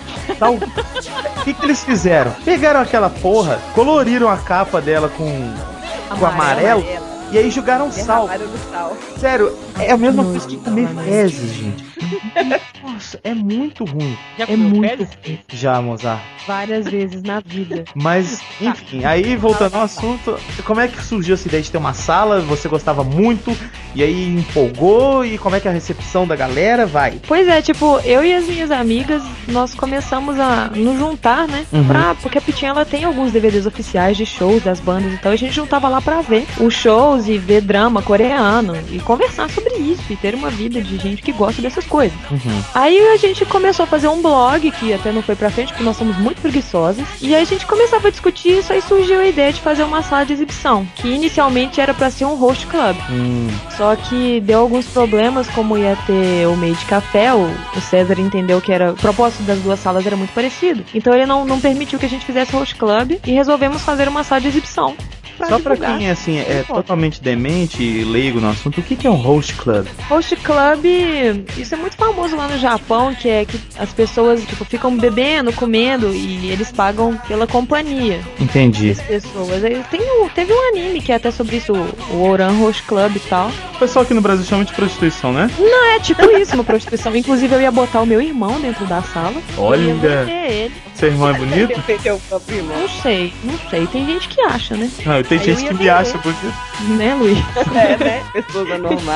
O que eles fizeram? Pegaram aquela porra, coloriram a capa dela com amarelo, e aí jogaram sal. derramaram no sal. Sério, é a mesma Nojo, coisa que comer realmente. fezes, gente. Nossa, é muito ruim. Já É comeu muito fezes? ruim. Já, Mozart. Várias vezes na vida. Mas, enfim, aí voltando ao assunto, como é que surgiu essa ideia de ter uma sala? Você gostava muito, e aí empolgou, e como é que é a recepção da galera? Vai. Pois é, tipo, eu e as minhas amigas, nós começamos a nos juntar, né? Uhum. Porque a Pitinha, ela tem alguns DVDs oficiais de shows das bandas, então a gente juntava lá pra ver os shows e ver drama coreano e conversar sobre isso e ter uma vida de gente que gosta dessas coisas. Uhum. Aí a gente começou a fazer um blog, que até não foi pra frente, porque nós somos muito preguiçosas. E aí a gente começava a discutir isso, aí surgiu a ideia de fazer uma sala de exibição, que inicialmente era pra ser um host club. Só que deu alguns problemas, como ia ter o meio de café, o César entendeu que era o propósito das duas salas era muito parecido. Então ele não permitiu que a gente fizesse host club e resolvemos fazer uma sala de exibição. Só pra divulgar. quem, assim, é K-pop. totalmente demente e leigo no assunto, o que é um host club? Host Club, isso é muito famoso lá no Japão, que é que as pessoas, tipo, ficam bebendo, comendo e eles pagam pela companhia Entendi. das pessoas. Aí teve um anime que é até sobre isso, o Oran Host Club e tal. O pessoal aqui no Brasil chama de prostituição, né? Não, é tipo isso, uma prostituição. Inclusive eu ia botar o meu irmão dentro da sala. Olha. E ia manter ele. Seu irmão é bonito? Defendeu o próprio irmão. Não sei. Tem gente que acha, né? Não, tem Aí gente eu que ia me ver. acha bonito. Né, Luiz? É, né? Pessoas anormais.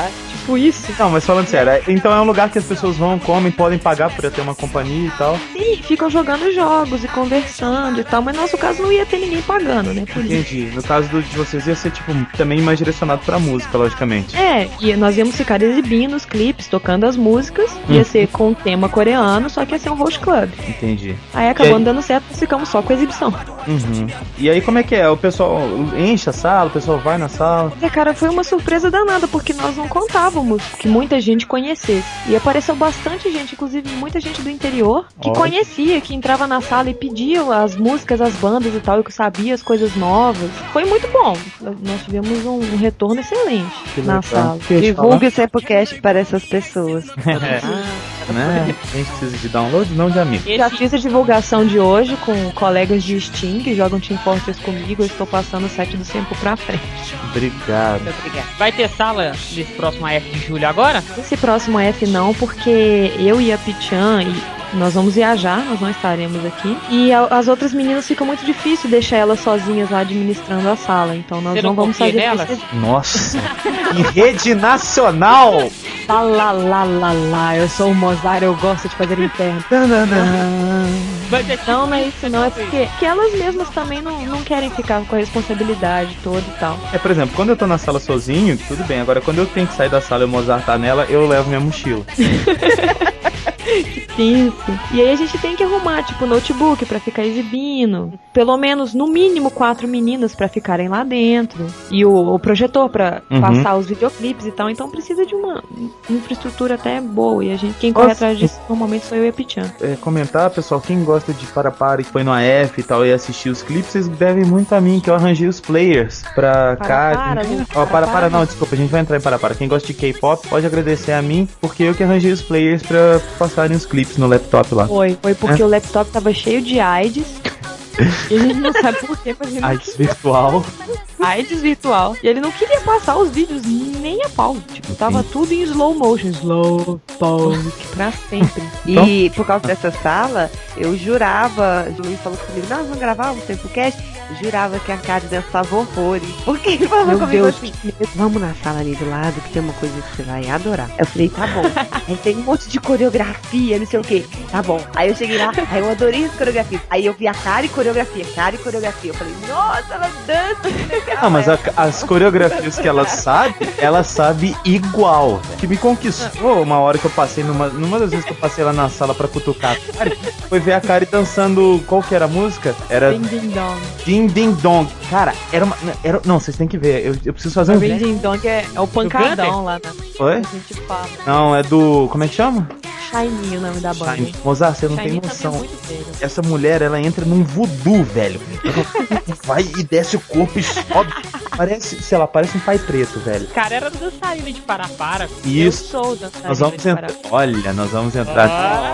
tipo isso. Não, mas falando sério, então é um lugar que as pessoas vão, comem, podem pagar por ter uma companhia e tal. Sim, ficam jogando jogos e conversando e tal, mas no nosso caso não ia ter ninguém pagando, né? Por isso. Entendi. No caso de vocês ia ser, tipo, também mais direcionado pra música, logicamente. E nós íamos ficar exibindo os clipes, tocando as músicas, ia ser com tema coreano, só que ia ser um host club. Entendi. Aí acabou dando certo, nós ficamos só com a exibição. Uhum. E aí como é que é? O pessoal enche a sala, o pessoal vai na sala? Cara, foi uma surpresa danada, porque nós não contávamos que muita gente conhecesse. E apareceu bastante gente, inclusive muita gente do interior, que conhecia, que entrava na sala e pedia as músicas, as bandas e tal, e que sabia as coisas novas. Foi muito bom. Nós tivemos um retorno excelente na sala. Divulgue o Sempocast para essas pessoas. Né? A gente precisa de download, não de amigos. Já fiz a divulgação de hoje com colegas de Steam que jogam Team Fortress comigo. Eu estou passando o site do Sempo pra frente. Obrigado. Muito obrigado. Vai ter sala nesse próximo AF de julho agora? Esse próximo AF não, porque eu e a Pichan nós vamos viajar, nós não estaremos aqui. E as outras meninas fica muito difícil deixar elas sozinhas lá administrando a sala. Então nós não vamos fazer nelas? Nossa! Em rede nacional! Lá, eu sou o Mozart, eu gosto de fazer interno. Não, não é isso não, é porque que elas mesmas também não querem ficar com a responsabilidade toda e tal. Por exemplo, quando eu tô na sala sozinho, tudo bem. Agora, quando eu tenho que sair da sala e o Mozart tá nela, eu levo minha mochila. Que tenso. E aí a gente tem que arrumar, tipo, notebook pra ficar exibindo. Pelo menos, no mínimo, 4 meninas pra ficarem lá dentro. E o projetor pra passar os videoclipes e tal. Então precisa de uma infraestrutura até boa. E quem corre atrás disso normalmente sou eu e a Pichan. Comentar, pessoal, quem gosta de Para e foi no AF e tal e assistir os clipes, vocês devem muito a mim, que eu arranjei os players pra cá. Não, desculpa, a gente vai entrar em Para. Quem gosta de K-pop pode agradecer a mim, porque eu que arranjei os players pra passarem os clipes no laptop lá. Foi porque o laptop tava cheio de AIDS. E a gente não sabe por quê, mas AIDS virtual. AIDS virtual. E ele não queria passar os vídeos nem a pau. Tipo, tava tudo em slow motion. Slow motion pra sempre. E por causa dessa sala, eu jurava, o Julinho falou comigo, nós vamos gravar um Sempocast. Eu jurava que a Kari dançava horrores. Porque ele falou comigo assim, vamos na sala ali do lado, que tem uma coisa que você vai adorar. Eu falei, tá bom. Aí tem um monte de coreografia, não sei o que. Tá bom. Aí eu cheguei lá, aí eu adorei as coreografias. Aí eu vi a Kari coreografia. Eu falei, nossa, ela dança, que legal. Não, mas as coreografias que ela sabe igual. Que me conquistou uma hora que eu passei numa das vezes que eu passei lá na sala pra cutucar a Kari, foi ver a Kari dançando, qual que era a música? Era Ding Ding Dong. Ding Ding Dong. Cara, não, vocês têm que ver, eu preciso fazer um vídeo. Ding Ding Dong é o pancadão lá, né? Oi? A gente fala. Não, é do, como é que chama? Shiny, o nome da banda. Shiny. Mozart, você não Shiny tem noção. É essa mulher, ela entra num voodoo, velho. Ela vai e desce o corpo e sobe. Parece um pai preto, velho. Cara, era dançarina de Para. Isso. Eu sou dançarina nós vamos entrar. Olha, nós vamos entrar.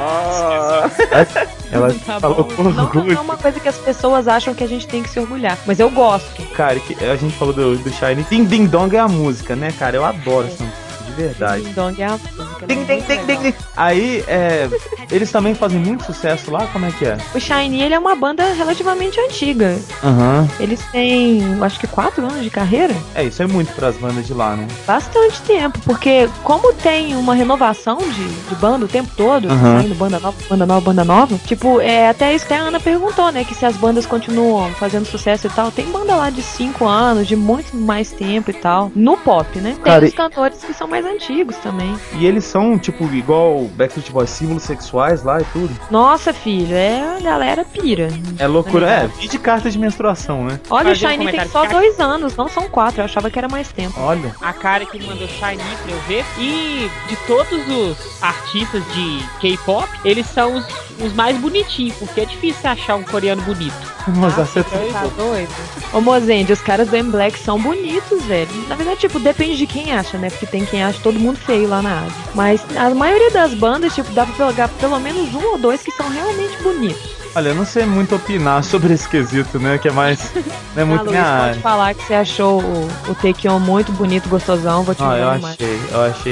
Ela falou com orgulho. Não é uma coisa que as pessoas acham que a gente tem que se orgulhar, mas eu gosto. Cara, a gente falou do Shiny. Ding Ding Dong é a música, né, cara? Eu adoro essa música. De verdade. Ding Dong é a música. Ding, ding, ding, ding, ding. Aí, eles também fazem muito sucesso lá? Como é que é? O Shiny, ele é uma banda relativamente antiga. Eles têm, acho que 4 anos de carreira. Isso é muito pras bandas de lá, né? Bastante tempo, porque como tem uma renovação de banda o tempo todo, saindo banda nova, tipo, até isso que a Ana perguntou, né, que se as bandas continuam fazendo sucesso e tal, tem banda lá de 5 anos, de muito mais tempo e tal, no pop, né? Tem os cantores que são mais antigos também. E eles são, tipo, igual Backstreet Boys, símbolos sexuais lá e tudo? Nossa, filho, a galera pira. É loucura, vi de carta de menstruação, né? Olha, o Shiny tem só 2 anos, não são 4, eu achava que era mais tempo. Olha. A cara que mandou Shiny pra eu ver. E de todos os artistas de K-pop, eles são os mais bonitinhos, porque é difícil achar um coreano bonito. Nossa, você tá doido. Ô, Mozende, os caras do M-Black são bonitos, velho. Na verdade, tipo, depende de quem acha, né? Porque tem quem acha todo mundo feio lá na Ásia. Mas a maioria das bandas, tipo, dá pra pegar pelo menos 1 ou 2 que são realmente bonitos. Olha, eu não sei muito opinar sobre esse quesito, né? Que é mais. Não é muito minha área. Pode falar que você achou o Taekyon muito bonito, gostosão. Vou te dizer mais. Eu achei mesmo.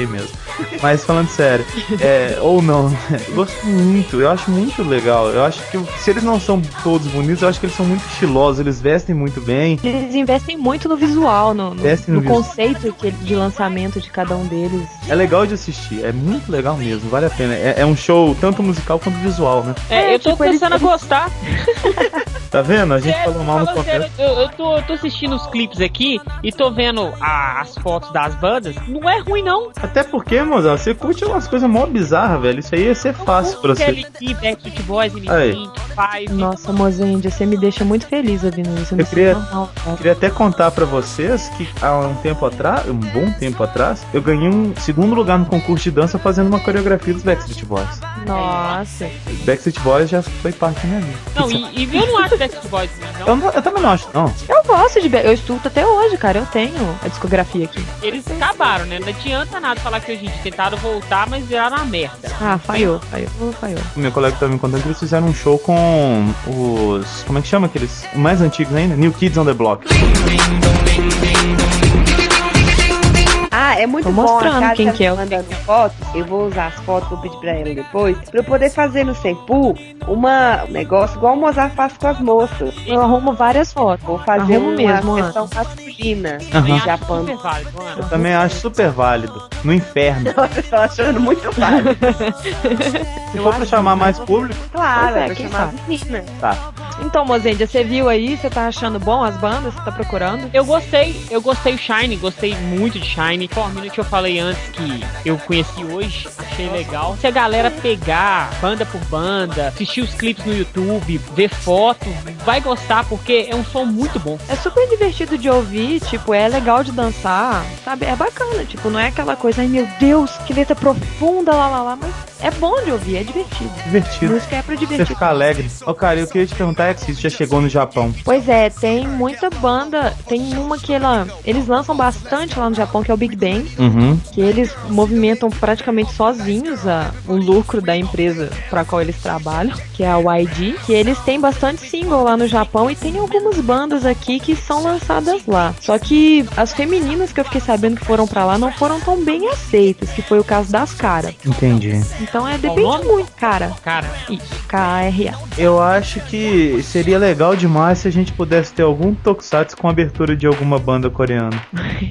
Mas falando sério, ou não, eu gosto muito, eu acho muito legal. Eu acho que se eles não são todos bonitos, eu acho que eles são muito estilosos, eles vestem muito bem. Eles investem muito no visual, no visual. Conceito de lançamento de cada um deles. É legal de assistir, é muito legal mesmo, vale a pena. É um show tanto musical quanto visual, né? Eu tô começando a gostar. Tá vendo? A gente falou mal no começo. Eu tô assistindo os clipes aqui e tô vendo as fotos das bandas. Não é ruim, não. Até porque, mozão, você curte umas coisas mó bizarras, velho. Isso aí ia ser fácil pra você. Kelly, Backstreet Boys, Five. Nossa, Mozendia, você me deixa muito feliz ouvindo isso. Eu queria até contar pra vocês que há um bom tempo atrás, eu ganhei um segundo lugar no concurso de dança fazendo uma coreografia dos Backstreet Boys. Nossa. Backstreet Boys já foi parte da minha vida. Não, e eu não acho Backstreet Boys, não. Eu também não acho, não. Eu gosto eu escuto até hoje, cara. Eu tenho a discografia aqui. Eles acabaram, né? Não adianta nada falar que a gente tentaram voltar, mas viraram na merda. Ah, falhou. Meu colega tava me contando que eles fizeram um show com os... Como é que chama aqueles? Mais antigos ainda? New Kids on the Block. É muito tô bom. Mostrando quem que é. Mandando fotos, eu vou usar as fotos, vou pedir pra ela depois, pra eu poder fazer no Senpu um negócio igual o Mozart faz com as moças. Eu arrumo várias fotos. Vou fazer uma versão masculina no Japão. Eu também acho super válido. No inferno. Nossa, eu tô achando muito válido. Se for pra chamar mais público, claro, é, pra chamar as meninas. Tá. Então, Mozendia, você viu aí? Você tá achando bom as bandas? Você tá procurando? Eu gostei o Shine, gostei muito de Shine. Minute eu falei antes que eu conheci hoje, achei legal. Se a galera pegar banda por banda, assistir os clipes no YouTube, ver foto, vai gostar porque é um som muito bom. É super divertido de ouvir, tipo, é legal de dançar, sabe? É bacana, tipo, não é aquela coisa, ai meu Deus, que letra profunda, lá, mas é bom de ouvir, é divertido. Divertido. Música é pra divertir. Você ficar alegre. Cara, eu queria te perguntar se isso já chegou no Japão. Pois é, tem muita banda, tem uma que eles lançam bastante lá no Japão, que é o Big Bang. Que eles movimentam praticamente sozinhos o lucro da empresa para qual eles trabalham, que é a YG, que eles têm bastante single lá no Japão e tem algumas bandas aqui que são lançadas lá. Só que as femininas que eu fiquei sabendo que foram para lá não foram tão bem aceitas, que foi o caso das Cara. Entendi. Então depende muito, Cara. Isso. K-A-R-A. Eu acho que seria legal demais se a gente pudesse ter algum tokusatsu com abertura de alguma banda coreana.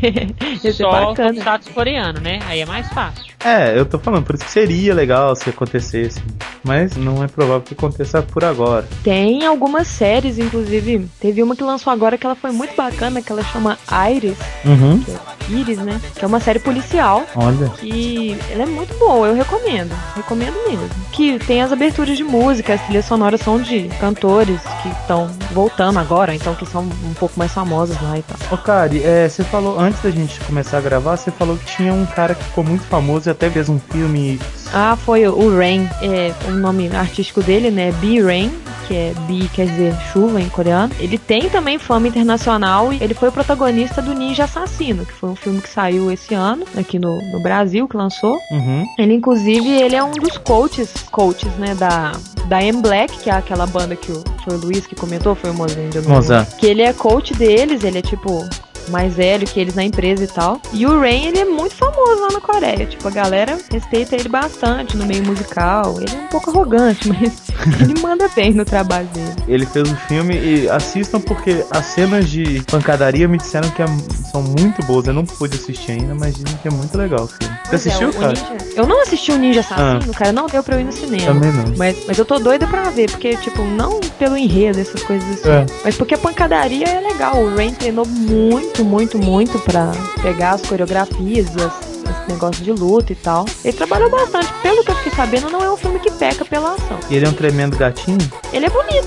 Isso só é bacana. Tokusatsu coreano, né? Aí é mais fácil. Eu tô falando, por isso que seria legal se acontecesse. Mas não é provável que aconteça por agora. Tem algumas séries, inclusive, teve uma que lançou agora que ela foi muito bacana, que ela chama Iris. Que é Iris, né? Que é uma série policial. Olha. E ela é muito boa, eu recomendo mesmo. Que tem as aberturas de música, as trilhas sonoras são de cantores que estão voltando agora, então que são um pouco mais famosos lá e tal. Ô, Kari, você falou, antes da gente começar a gravar, você falou que tinha um cara que ficou muito famoso e até fez um filme. Foi o Rain, o nome artístico dele, né, B-Rain, que é Bi quer dizer chuva em coreano. Ele tem também fama internacional e ele foi o protagonista do Ninja Assassino, que foi um filme que saiu esse ano, aqui no Brasil, que lançou. Ele, inclusive, ele é um dos coaches, né, da M-Black, que é aquela banda que foi o Luiz que comentou, foi o Mozendia. Que ele é coach deles, ele é tipo mais velho que eles na empresa e tal. E o Rain, ele é muito famoso lá na Coreia. Tipo, a galera respeita ele bastante no meio musical. Ele é um pouco arrogante, mas ele manda bem no trabalho dele. Ele fez um filme e assistam porque as cenas de pancadaria me disseram que são muito boas. Eu não pude assistir ainda, mas dizem que é muito legal o filme. Você assistiu, cara? Eu não assisti o Ninja Assassino, cara. Não deu pra eu ir no cinema. Também não. Mas eu tô doida pra ver, porque, tipo, não pelo enredo, essas coisas assim. Mas porque a pancadaria é legal. O Rain treinou muito pra pegar as coreografias e esse negócio de luta e tal. Ele trabalhou bastante. Pelo que eu fiquei sabendo, não é um filme que peca pela ação. E ele é um tremendo gatinho? Ele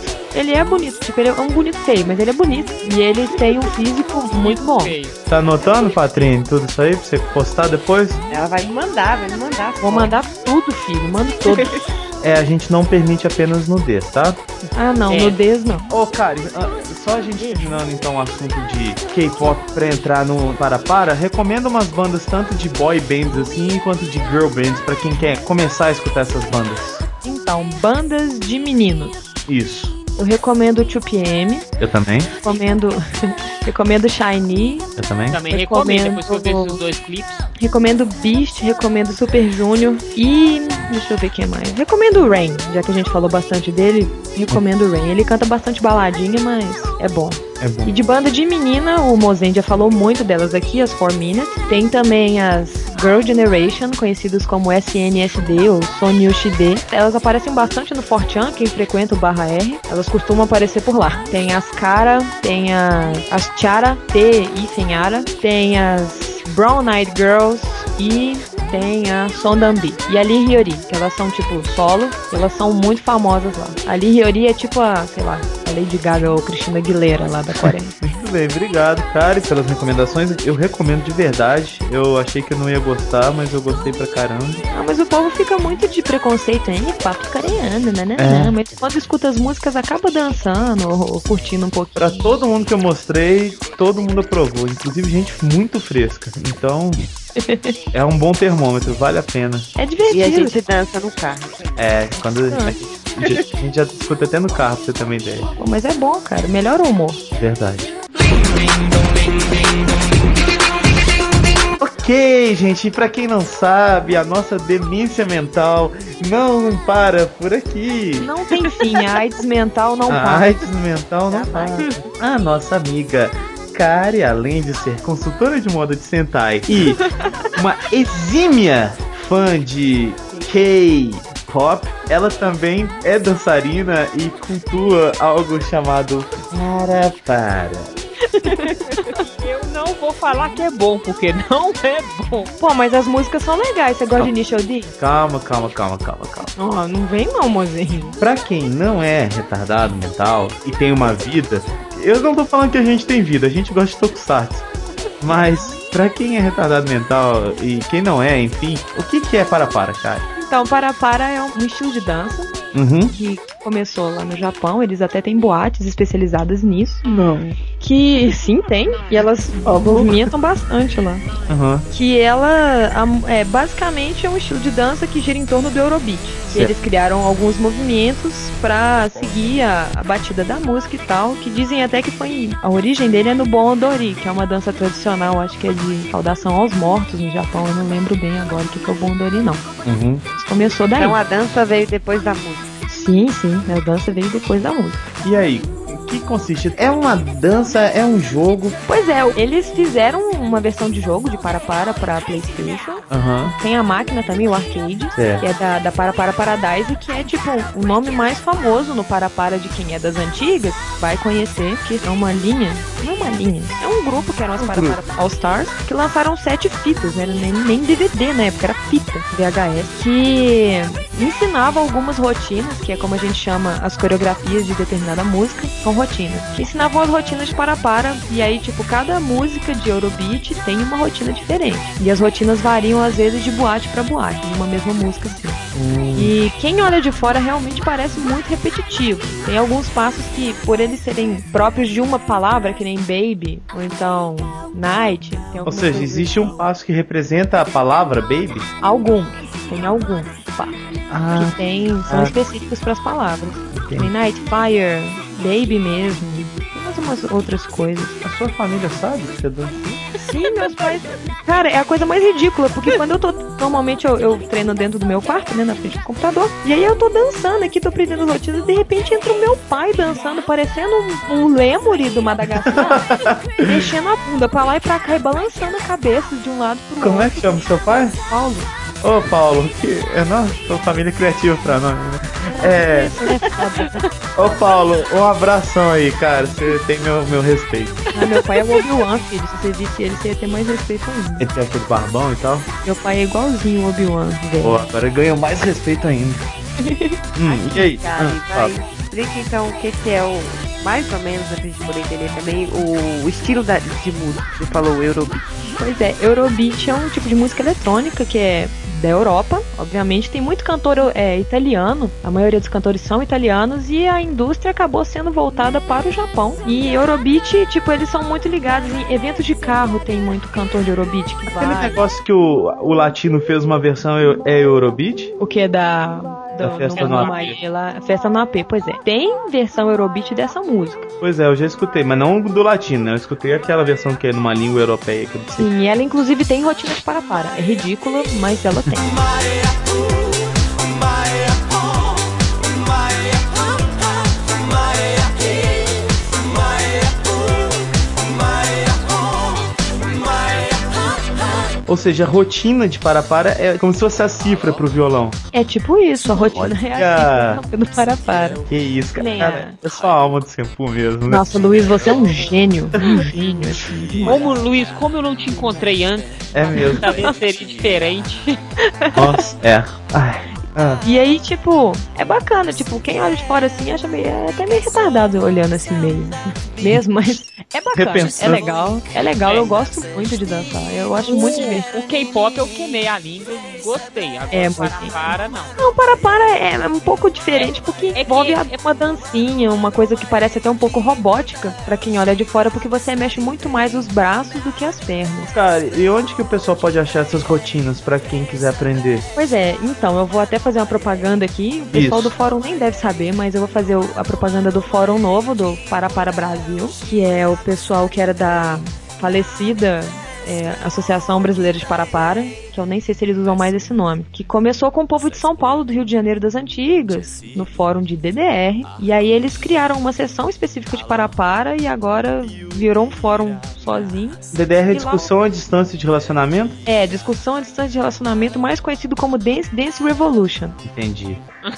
é bonito. Tipo, ele é um bonito feio, mas ele é bonito. E ele tem um físico muito bom. Tá anotando, Patrícia, tudo isso aí pra você postar depois? Ela vai me mandar. Vou mandar tudo, filho. Mando tudo. A gente não permite apenas nudez, tá? Não, nudez não. Ô, Kari, só a gente terminando então o assunto de K-pop pra entrar no para, recomenda umas bandas tanto de boy bands assim, quanto de girl bands pra quem quer começar a escutar essas bandas. Então, bandas de meninos. Isso. Eu recomendo 2PM. Eu também. Recomendo Shiny. Eu também. Também recomendo, depois que eu ver esses 2 clipes. Recomendo Beast, recomendo Super Junior e... deixa eu ver quem mais. Recomendo o Rain, já que a gente falou bastante dele. Recomendo o Rain. Ele canta bastante baladinha, mas é bom. É bom. E de banda de menina, o Mozen já falou muito delas aqui, as 4 Minutes. Tem também as Girl Generation, conhecidas como SNSD ou Sonyu Shide. Elas aparecem bastante no 4chan, quem frequenta o /R. Elas costumam aparecer por lá. Tem as Kara, tem as Chara, T e Senhara. Tem as Brown Eyed Girls e tem a Sondambi e a Lee Hyori, que elas são tipo solo, elas são muito famosas lá. A Lee Hyori é tipo a, sei lá, a Lady Gaga ou Christina Aguilera lá da Coreia. Muito bem, obrigado, Kari, pelas recomendações. Eu recomendo de verdade. Eu achei que eu não ia gostar, mas eu gostei pra caramba. Ah, mas o povo fica muito de preconceito, hein? Papo coreano, né? Mas quando escuta as músicas acaba dançando ou curtindo um pouquinho. Pra todo mundo que eu mostrei, todo mundo aprovou, inclusive gente muito fresca. Então, é um bom termômetro, vale a pena. É divertido. E a gente dança no carro. É, quando a gente já escuta até no carro, pra você ter uma ideia. Pô, mas é bom, cara. Melhor o humor. Verdade. Ok, gente, e pra quem não sabe, a nossa demência mental não para por aqui. Não tem fim, a AIDS mental não A para. AIDS mental não para. A nossa amiga Kari, além de ser consultora de moda de Sentai e uma exímia fã de K-pop, ela também é dançarina e cultua algo chamado para. Eu não vou falar que é bom, porque não é bom. Pô, mas as músicas são legais. Você gosta de Initial D? Calma. Oh, não vem não, mozinho. Pra quem não é retardado mental e tem uma vida, eu não tô falando que a gente tem vida, a gente gosta de tokusatsu. Mas pra quem é retardado mental e quem não é, enfim, o que é para, cara? Então, para é um estilo de dança que começou lá no Japão. Eles até têm boates especializadas nisso. Não. Que sim, tem. E elas movimentam bastante lá. Que ela basicamente é um estilo de dança que gira em torno do Eurobeat. E eles criaram alguns movimentos pra seguir a batida da música e tal. Que dizem até que a origem dele é no Bon Odori, que é uma dança tradicional, acho que é de saudação aos mortos no Japão. Eu não lembro bem agora o que é o Bon Odori, não. Começou daí. Então a dança veio depois da música. Sim, a dança veio depois da música. E aí, o que consiste? É uma dança, é um jogo? Pois é, eles fizeram uma versão de jogo de pra PlayStation. Tem a máquina também, o arcade, que é da Para Paradise, que é tipo o nome mais famoso no Para de quem é das antigas, vai conhecer, que é uma linha, não é uma linha, é um grupo que eram as Para All Stars, que lançaram 7 fitas, né? Nem DVD na época, era fita VHS, que ensinava algumas rotinas, que é como a gente chama as coreografias de determinada música, são rotinas, que ensinavam as rotinas de Para, e aí tipo, cada música de Eurobeat tem uma rotina diferente, e as rotinas variam às vezes de boate pra boate, de uma mesma música assim. E quem olha de fora realmente parece muito repetitivo. Tem alguns passos que, por eles serem próprios de uma palavra, que nem baby, ou então night, ou seja, existe um passo que representa a palavra baby? Tem alguns passos que são específicos para as palavras. Tem night, fire, baby mesmo, tem mais umas outras coisas. A sua família sabe que você dança? Sim, meus pais. Cara, é a coisa mais ridícula, porque quando eu tô. Normalmente eu treino dentro do meu quarto, né? Na frente do computador. E aí eu tô dançando aqui, tô aprendendo rotinas, de repente entra o meu pai dançando, parecendo um lêmure do Madagascar, mexendo a bunda pra lá e pra cá e balançando a cabeça de um lado pro outro. Como é que chama seu pai? Paulo. Ô Paulo, que é nossa, sua família criativa pra nós, né? Ô Paulo, um abração aí, cara. Você tem meu respeito. Meu pai é o Obi-Wan, filho. Se você visse ele, você ia ter mais respeito ainda. Ele tem aquele barbão e tal? Meu pai é igualzinho o Obi-Wan, velho. Pô, agora ganhou mais respeito ainda. E aí? Explica então o que é o... Mais ou menos, pra gente poder entender também o estilo de música. Você falou o Eurobeat. Pois é, Eurobeat é um tipo de música eletrônica que é da Europa, obviamente. Tem muito cantor italiano, a maioria dos cantores são italianos, e a indústria acabou sendo voltada para o Japão. E Eurobeat, tipo, eles são muito ligados em eventos de carro, tem muito cantor de Eurobeat que vai. Aquele negócio que o latino fez uma versão Eurobeat? O que é da Da festa no AP. Lá, festa no AP, pois é. Tem versão Eurobeat dessa música. Pois é, eu já escutei, mas não do latino, né? Eu escutei aquela versão que é numa língua europeia. Que eu não sei. Sim, ela inclusive tem rotina de para-para. É ridícula, mas ela tem. Ou seja, a rotina de para-para é como se fosse a cifra pro violão. É tipo isso, a rotina Olha. é a cifra do para-para. Que isso, cara. Nem Cara, é só a alma do Senpu mesmo, né? Nossa, Luiz, você é um gênio. Um gênio, assim. demais. Como, Luiz, como eu não te encontrei antes, É mesmo. talvez seria diferente. Nossa, é. Ai. Ah. E aí, tipo, é bacana, tipo, quem olha de fora assim acha meio, é até meio retardado olhando assim mesmo, mas é bacana, Repensando. é legal, eu gosto muito de dançar, eu acho muito divertido. O K-pop eu queimei a língua e gostei. Agora É, para não. Não, para é um pouco diferente porque é que- envolve uma dancinha, uma coisa que parece até um pouco robótica pra quem olha de fora, porque você mexe muito mais os braços do que as pernas. Cara, e onde que o pessoal pode achar essas rotinas pra quem quiser aprender? Pois é, então, eu vou até fazer uma propaganda aqui. O pessoal Isso. do fórum nem deve saber, mas eu vou fazer a propaganda do Fórum Novo, do Para Brasil, que é o pessoal que era da falecida Associação Brasileira de Para, que eu nem sei se eles usam mais esse nome, que começou com o povo de São Paulo, do Rio de Janeiro das Antigas, no fórum de DDR, e aí eles criaram uma seção específica de Para e agora virou um fórum sozinho. DDR é E discussão à distância de relacionamento? É, discussão à distância de relacionamento, mais conhecido como Dance Revolution. Entendi.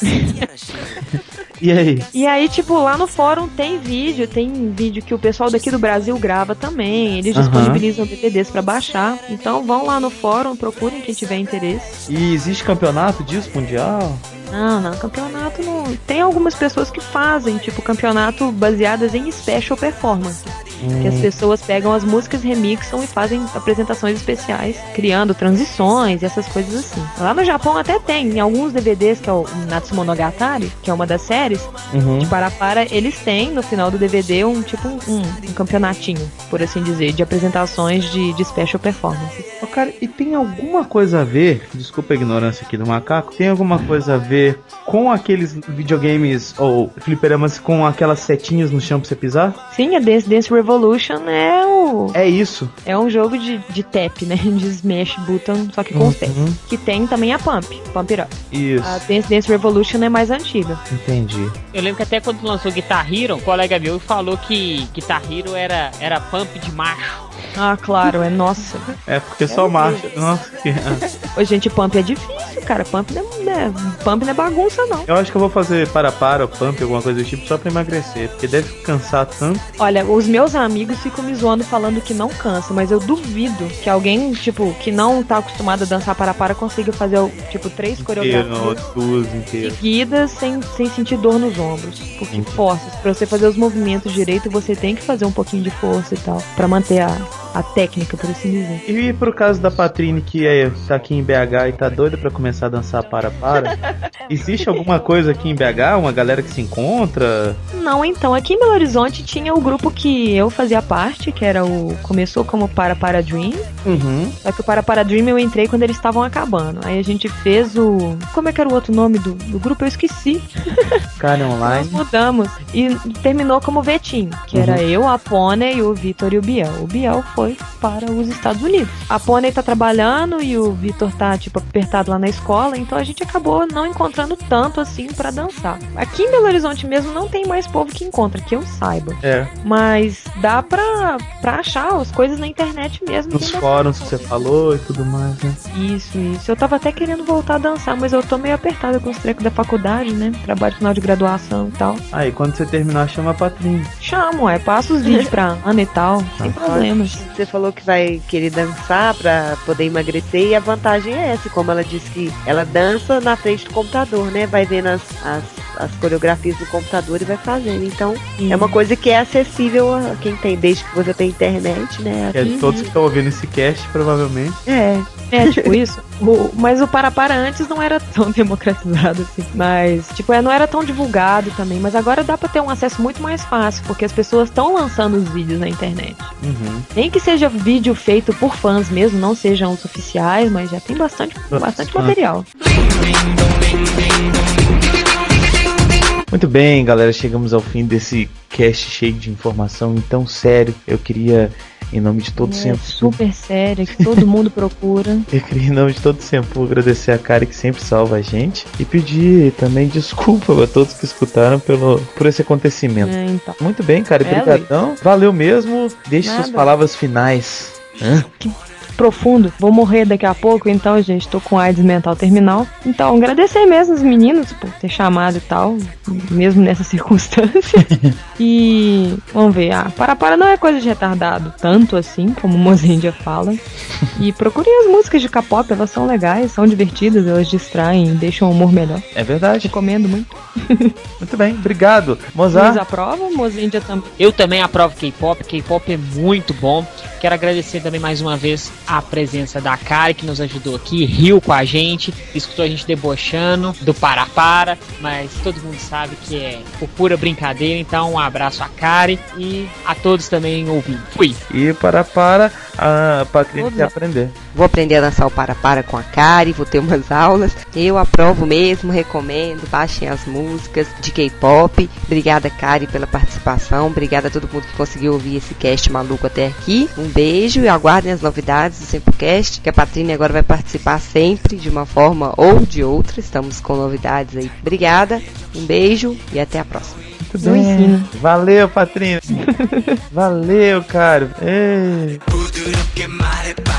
E aí? E aí, tipo, lá no fórum tem vídeo que o pessoal daqui do Brasil grava também, eles disponibilizam DVDs pra baixar. Então vão lá no fórum, procurem quem tiver interesse. E existe campeonato disso, mundial? Não, campeonato não. Tem algumas pessoas que fazem, tipo, campeonato baseadas em special performance. Que as pessoas pegam as músicas, remixam e fazem apresentações especiais, criando transições e essas coisas assim. Lá no Japão até tem, em alguns DVDs, que é o Natsumonogatari, que é uma das séries de Para, eles têm no final do DVD um campeonatinho, por assim dizer, de apresentações de special performances. Ô, cara, e tem alguma coisa a ver, desculpa a ignorância aqui do macaco, tem alguma coisa a ver com aqueles videogames ou fliperamas com aquelas setinhas no chão pra você pisar? Sim, a Dance Revolution É isso. é um jogo de tap, né? De smash button, só que com os taps. Que tem também a Pump It Up. Isso. A Dance Revolution é mais antiga. Entendi. Eu lembro que até quando lançou Guitar Hero, um colega meu falou que Guitar Hero era pump de macho. Ah, claro, nossa. É porque só marcha. Nossa, que... Ô, gente, Pump é difícil, cara. Pump não é bagunça, não. Eu acho que eu vou fazer para pump, alguma coisa do tipo, só pra emagrecer, porque deve cansar tanto. Olha, os meus amigos ficam me zoando falando que não cansa, mas eu duvido que alguém, tipo, que não tá acostumado a dançar para consiga fazer, tipo, 3 coreografias Duas inteiras. seguidas sem sentir dor nos ombros. Porque forças, pra você fazer os movimentos direito, você tem que fazer um pouquinho de força e tal, pra manter a técnica, por assim dizer. E pro caso da Patrine, que tá aqui em BH e tá doida pra começar a dançar para, existe alguma coisa aqui em BH? Uma galera que se encontra? Não, então, aqui em Belo Horizonte tinha o grupo que eu fazia parte, que era começou como Para Dream, só que o Para Dream eu entrei quando eles estavam acabando. Aí a gente fez como é que era o outro nome do grupo? Eu esqueci. Cara, online. Nós mudamos. E terminou como Vetim, que era eu, a Pônei, o Vitor e o Biel. O Biel foi para os Estados Unidos. A Pônei tá trabalhando e o Vitor tá, tipo, apertado lá na escola, então a gente acabou não encontrando tanto assim pra dançar. Aqui em Belo Horizonte mesmo não tem mais povo que encontra, que eu saiba. É. Mas dá pra achar as coisas na internet mesmo. Nos fóruns que você falou e tudo mais, né? Isso. Eu tava até querendo voltar a dançar, mas eu tô meio apertada com os trecos da faculdade, né? Trabalho final de graduação e tal. Aí, quando você terminar, chama a Patrine. Chamo, passa os vídeos pra Ana e tal, sem problemas. Você falou que vai querer dançar pra poder emagrecer e a vantagem é essa, como ela disse que ela dança na frente do computador, né? Vai vendo as coreografias do computador e vai fazendo. Então, é uma coisa que é acessível a quem tem, desde que você tem internet, né? Todos que estão ouvindo esse cast, provavelmente. É tipo isso. Mas o Para antes não era tão democratizado assim. Mas, tipo, não era tão divulgado também. Mas agora dá pra ter um acesso muito mais fácil, porque as pessoas estão lançando os vídeos na internet. Nem que seja vídeo feito por fãs mesmo, não sejam os oficiais, mas já tem bastante material. Muito bem, galera, chegamos ao fim desse cast cheio de informação tão sério. Eu queria, em nome de todo o Senpu, super sério, que todo mundo procura. Eu queria, em nome de todo o Senpu, agradecer a Kari que sempre salva a gente e pedir também desculpa a todos que escutaram por esse acontecimento. Então. Muito bem, Kari, brigadão. Valeu mesmo. Deixe suas palavras finais. Que profundo. Vou morrer daqui a pouco, então, gente, tô com AIDS mental terminal. Então, agradecer mesmo os meninos por ter chamado e tal, mesmo nessa circunstância. E vamos ver, para não é coisa de retardado, tanto assim, como o Mozendia fala. E procurem as músicas de K-pop, elas são legais, são divertidas, elas distraem, deixam o humor melhor. É verdade. Recomendo muito. Muito bem, obrigado. Mozart. Luiz aprova, Mozendia também. Eu também aprovo K-pop, K-pop é muito bom. Quero agradecer também mais uma vez a presença da Kari, que nos ajudou aqui, riu com a gente, escutou a gente debochando do para, mas todo mundo sabe que é por pura brincadeira, então um abraço a Kari e a todos também ouvindo. Fui! E para Patrícia quer aprender. Vou aprender a dançar o para com a Kari, vou ter umas aulas. Eu aprovo mesmo, recomendo, baixem as músicas de K-pop. Obrigada, Kari, pela participação. Obrigada a todo mundo que conseguiu ouvir esse cast maluco até aqui. Um beijo e aguardem as novidades do Sempocast, que a Patrícia agora vai participar sempre, de uma forma ou de outra. Estamos com novidades aí. Obrigada, um beijo e até a próxima. Muito bem. Valeu, Patrícia. Valeu, cara. Ei.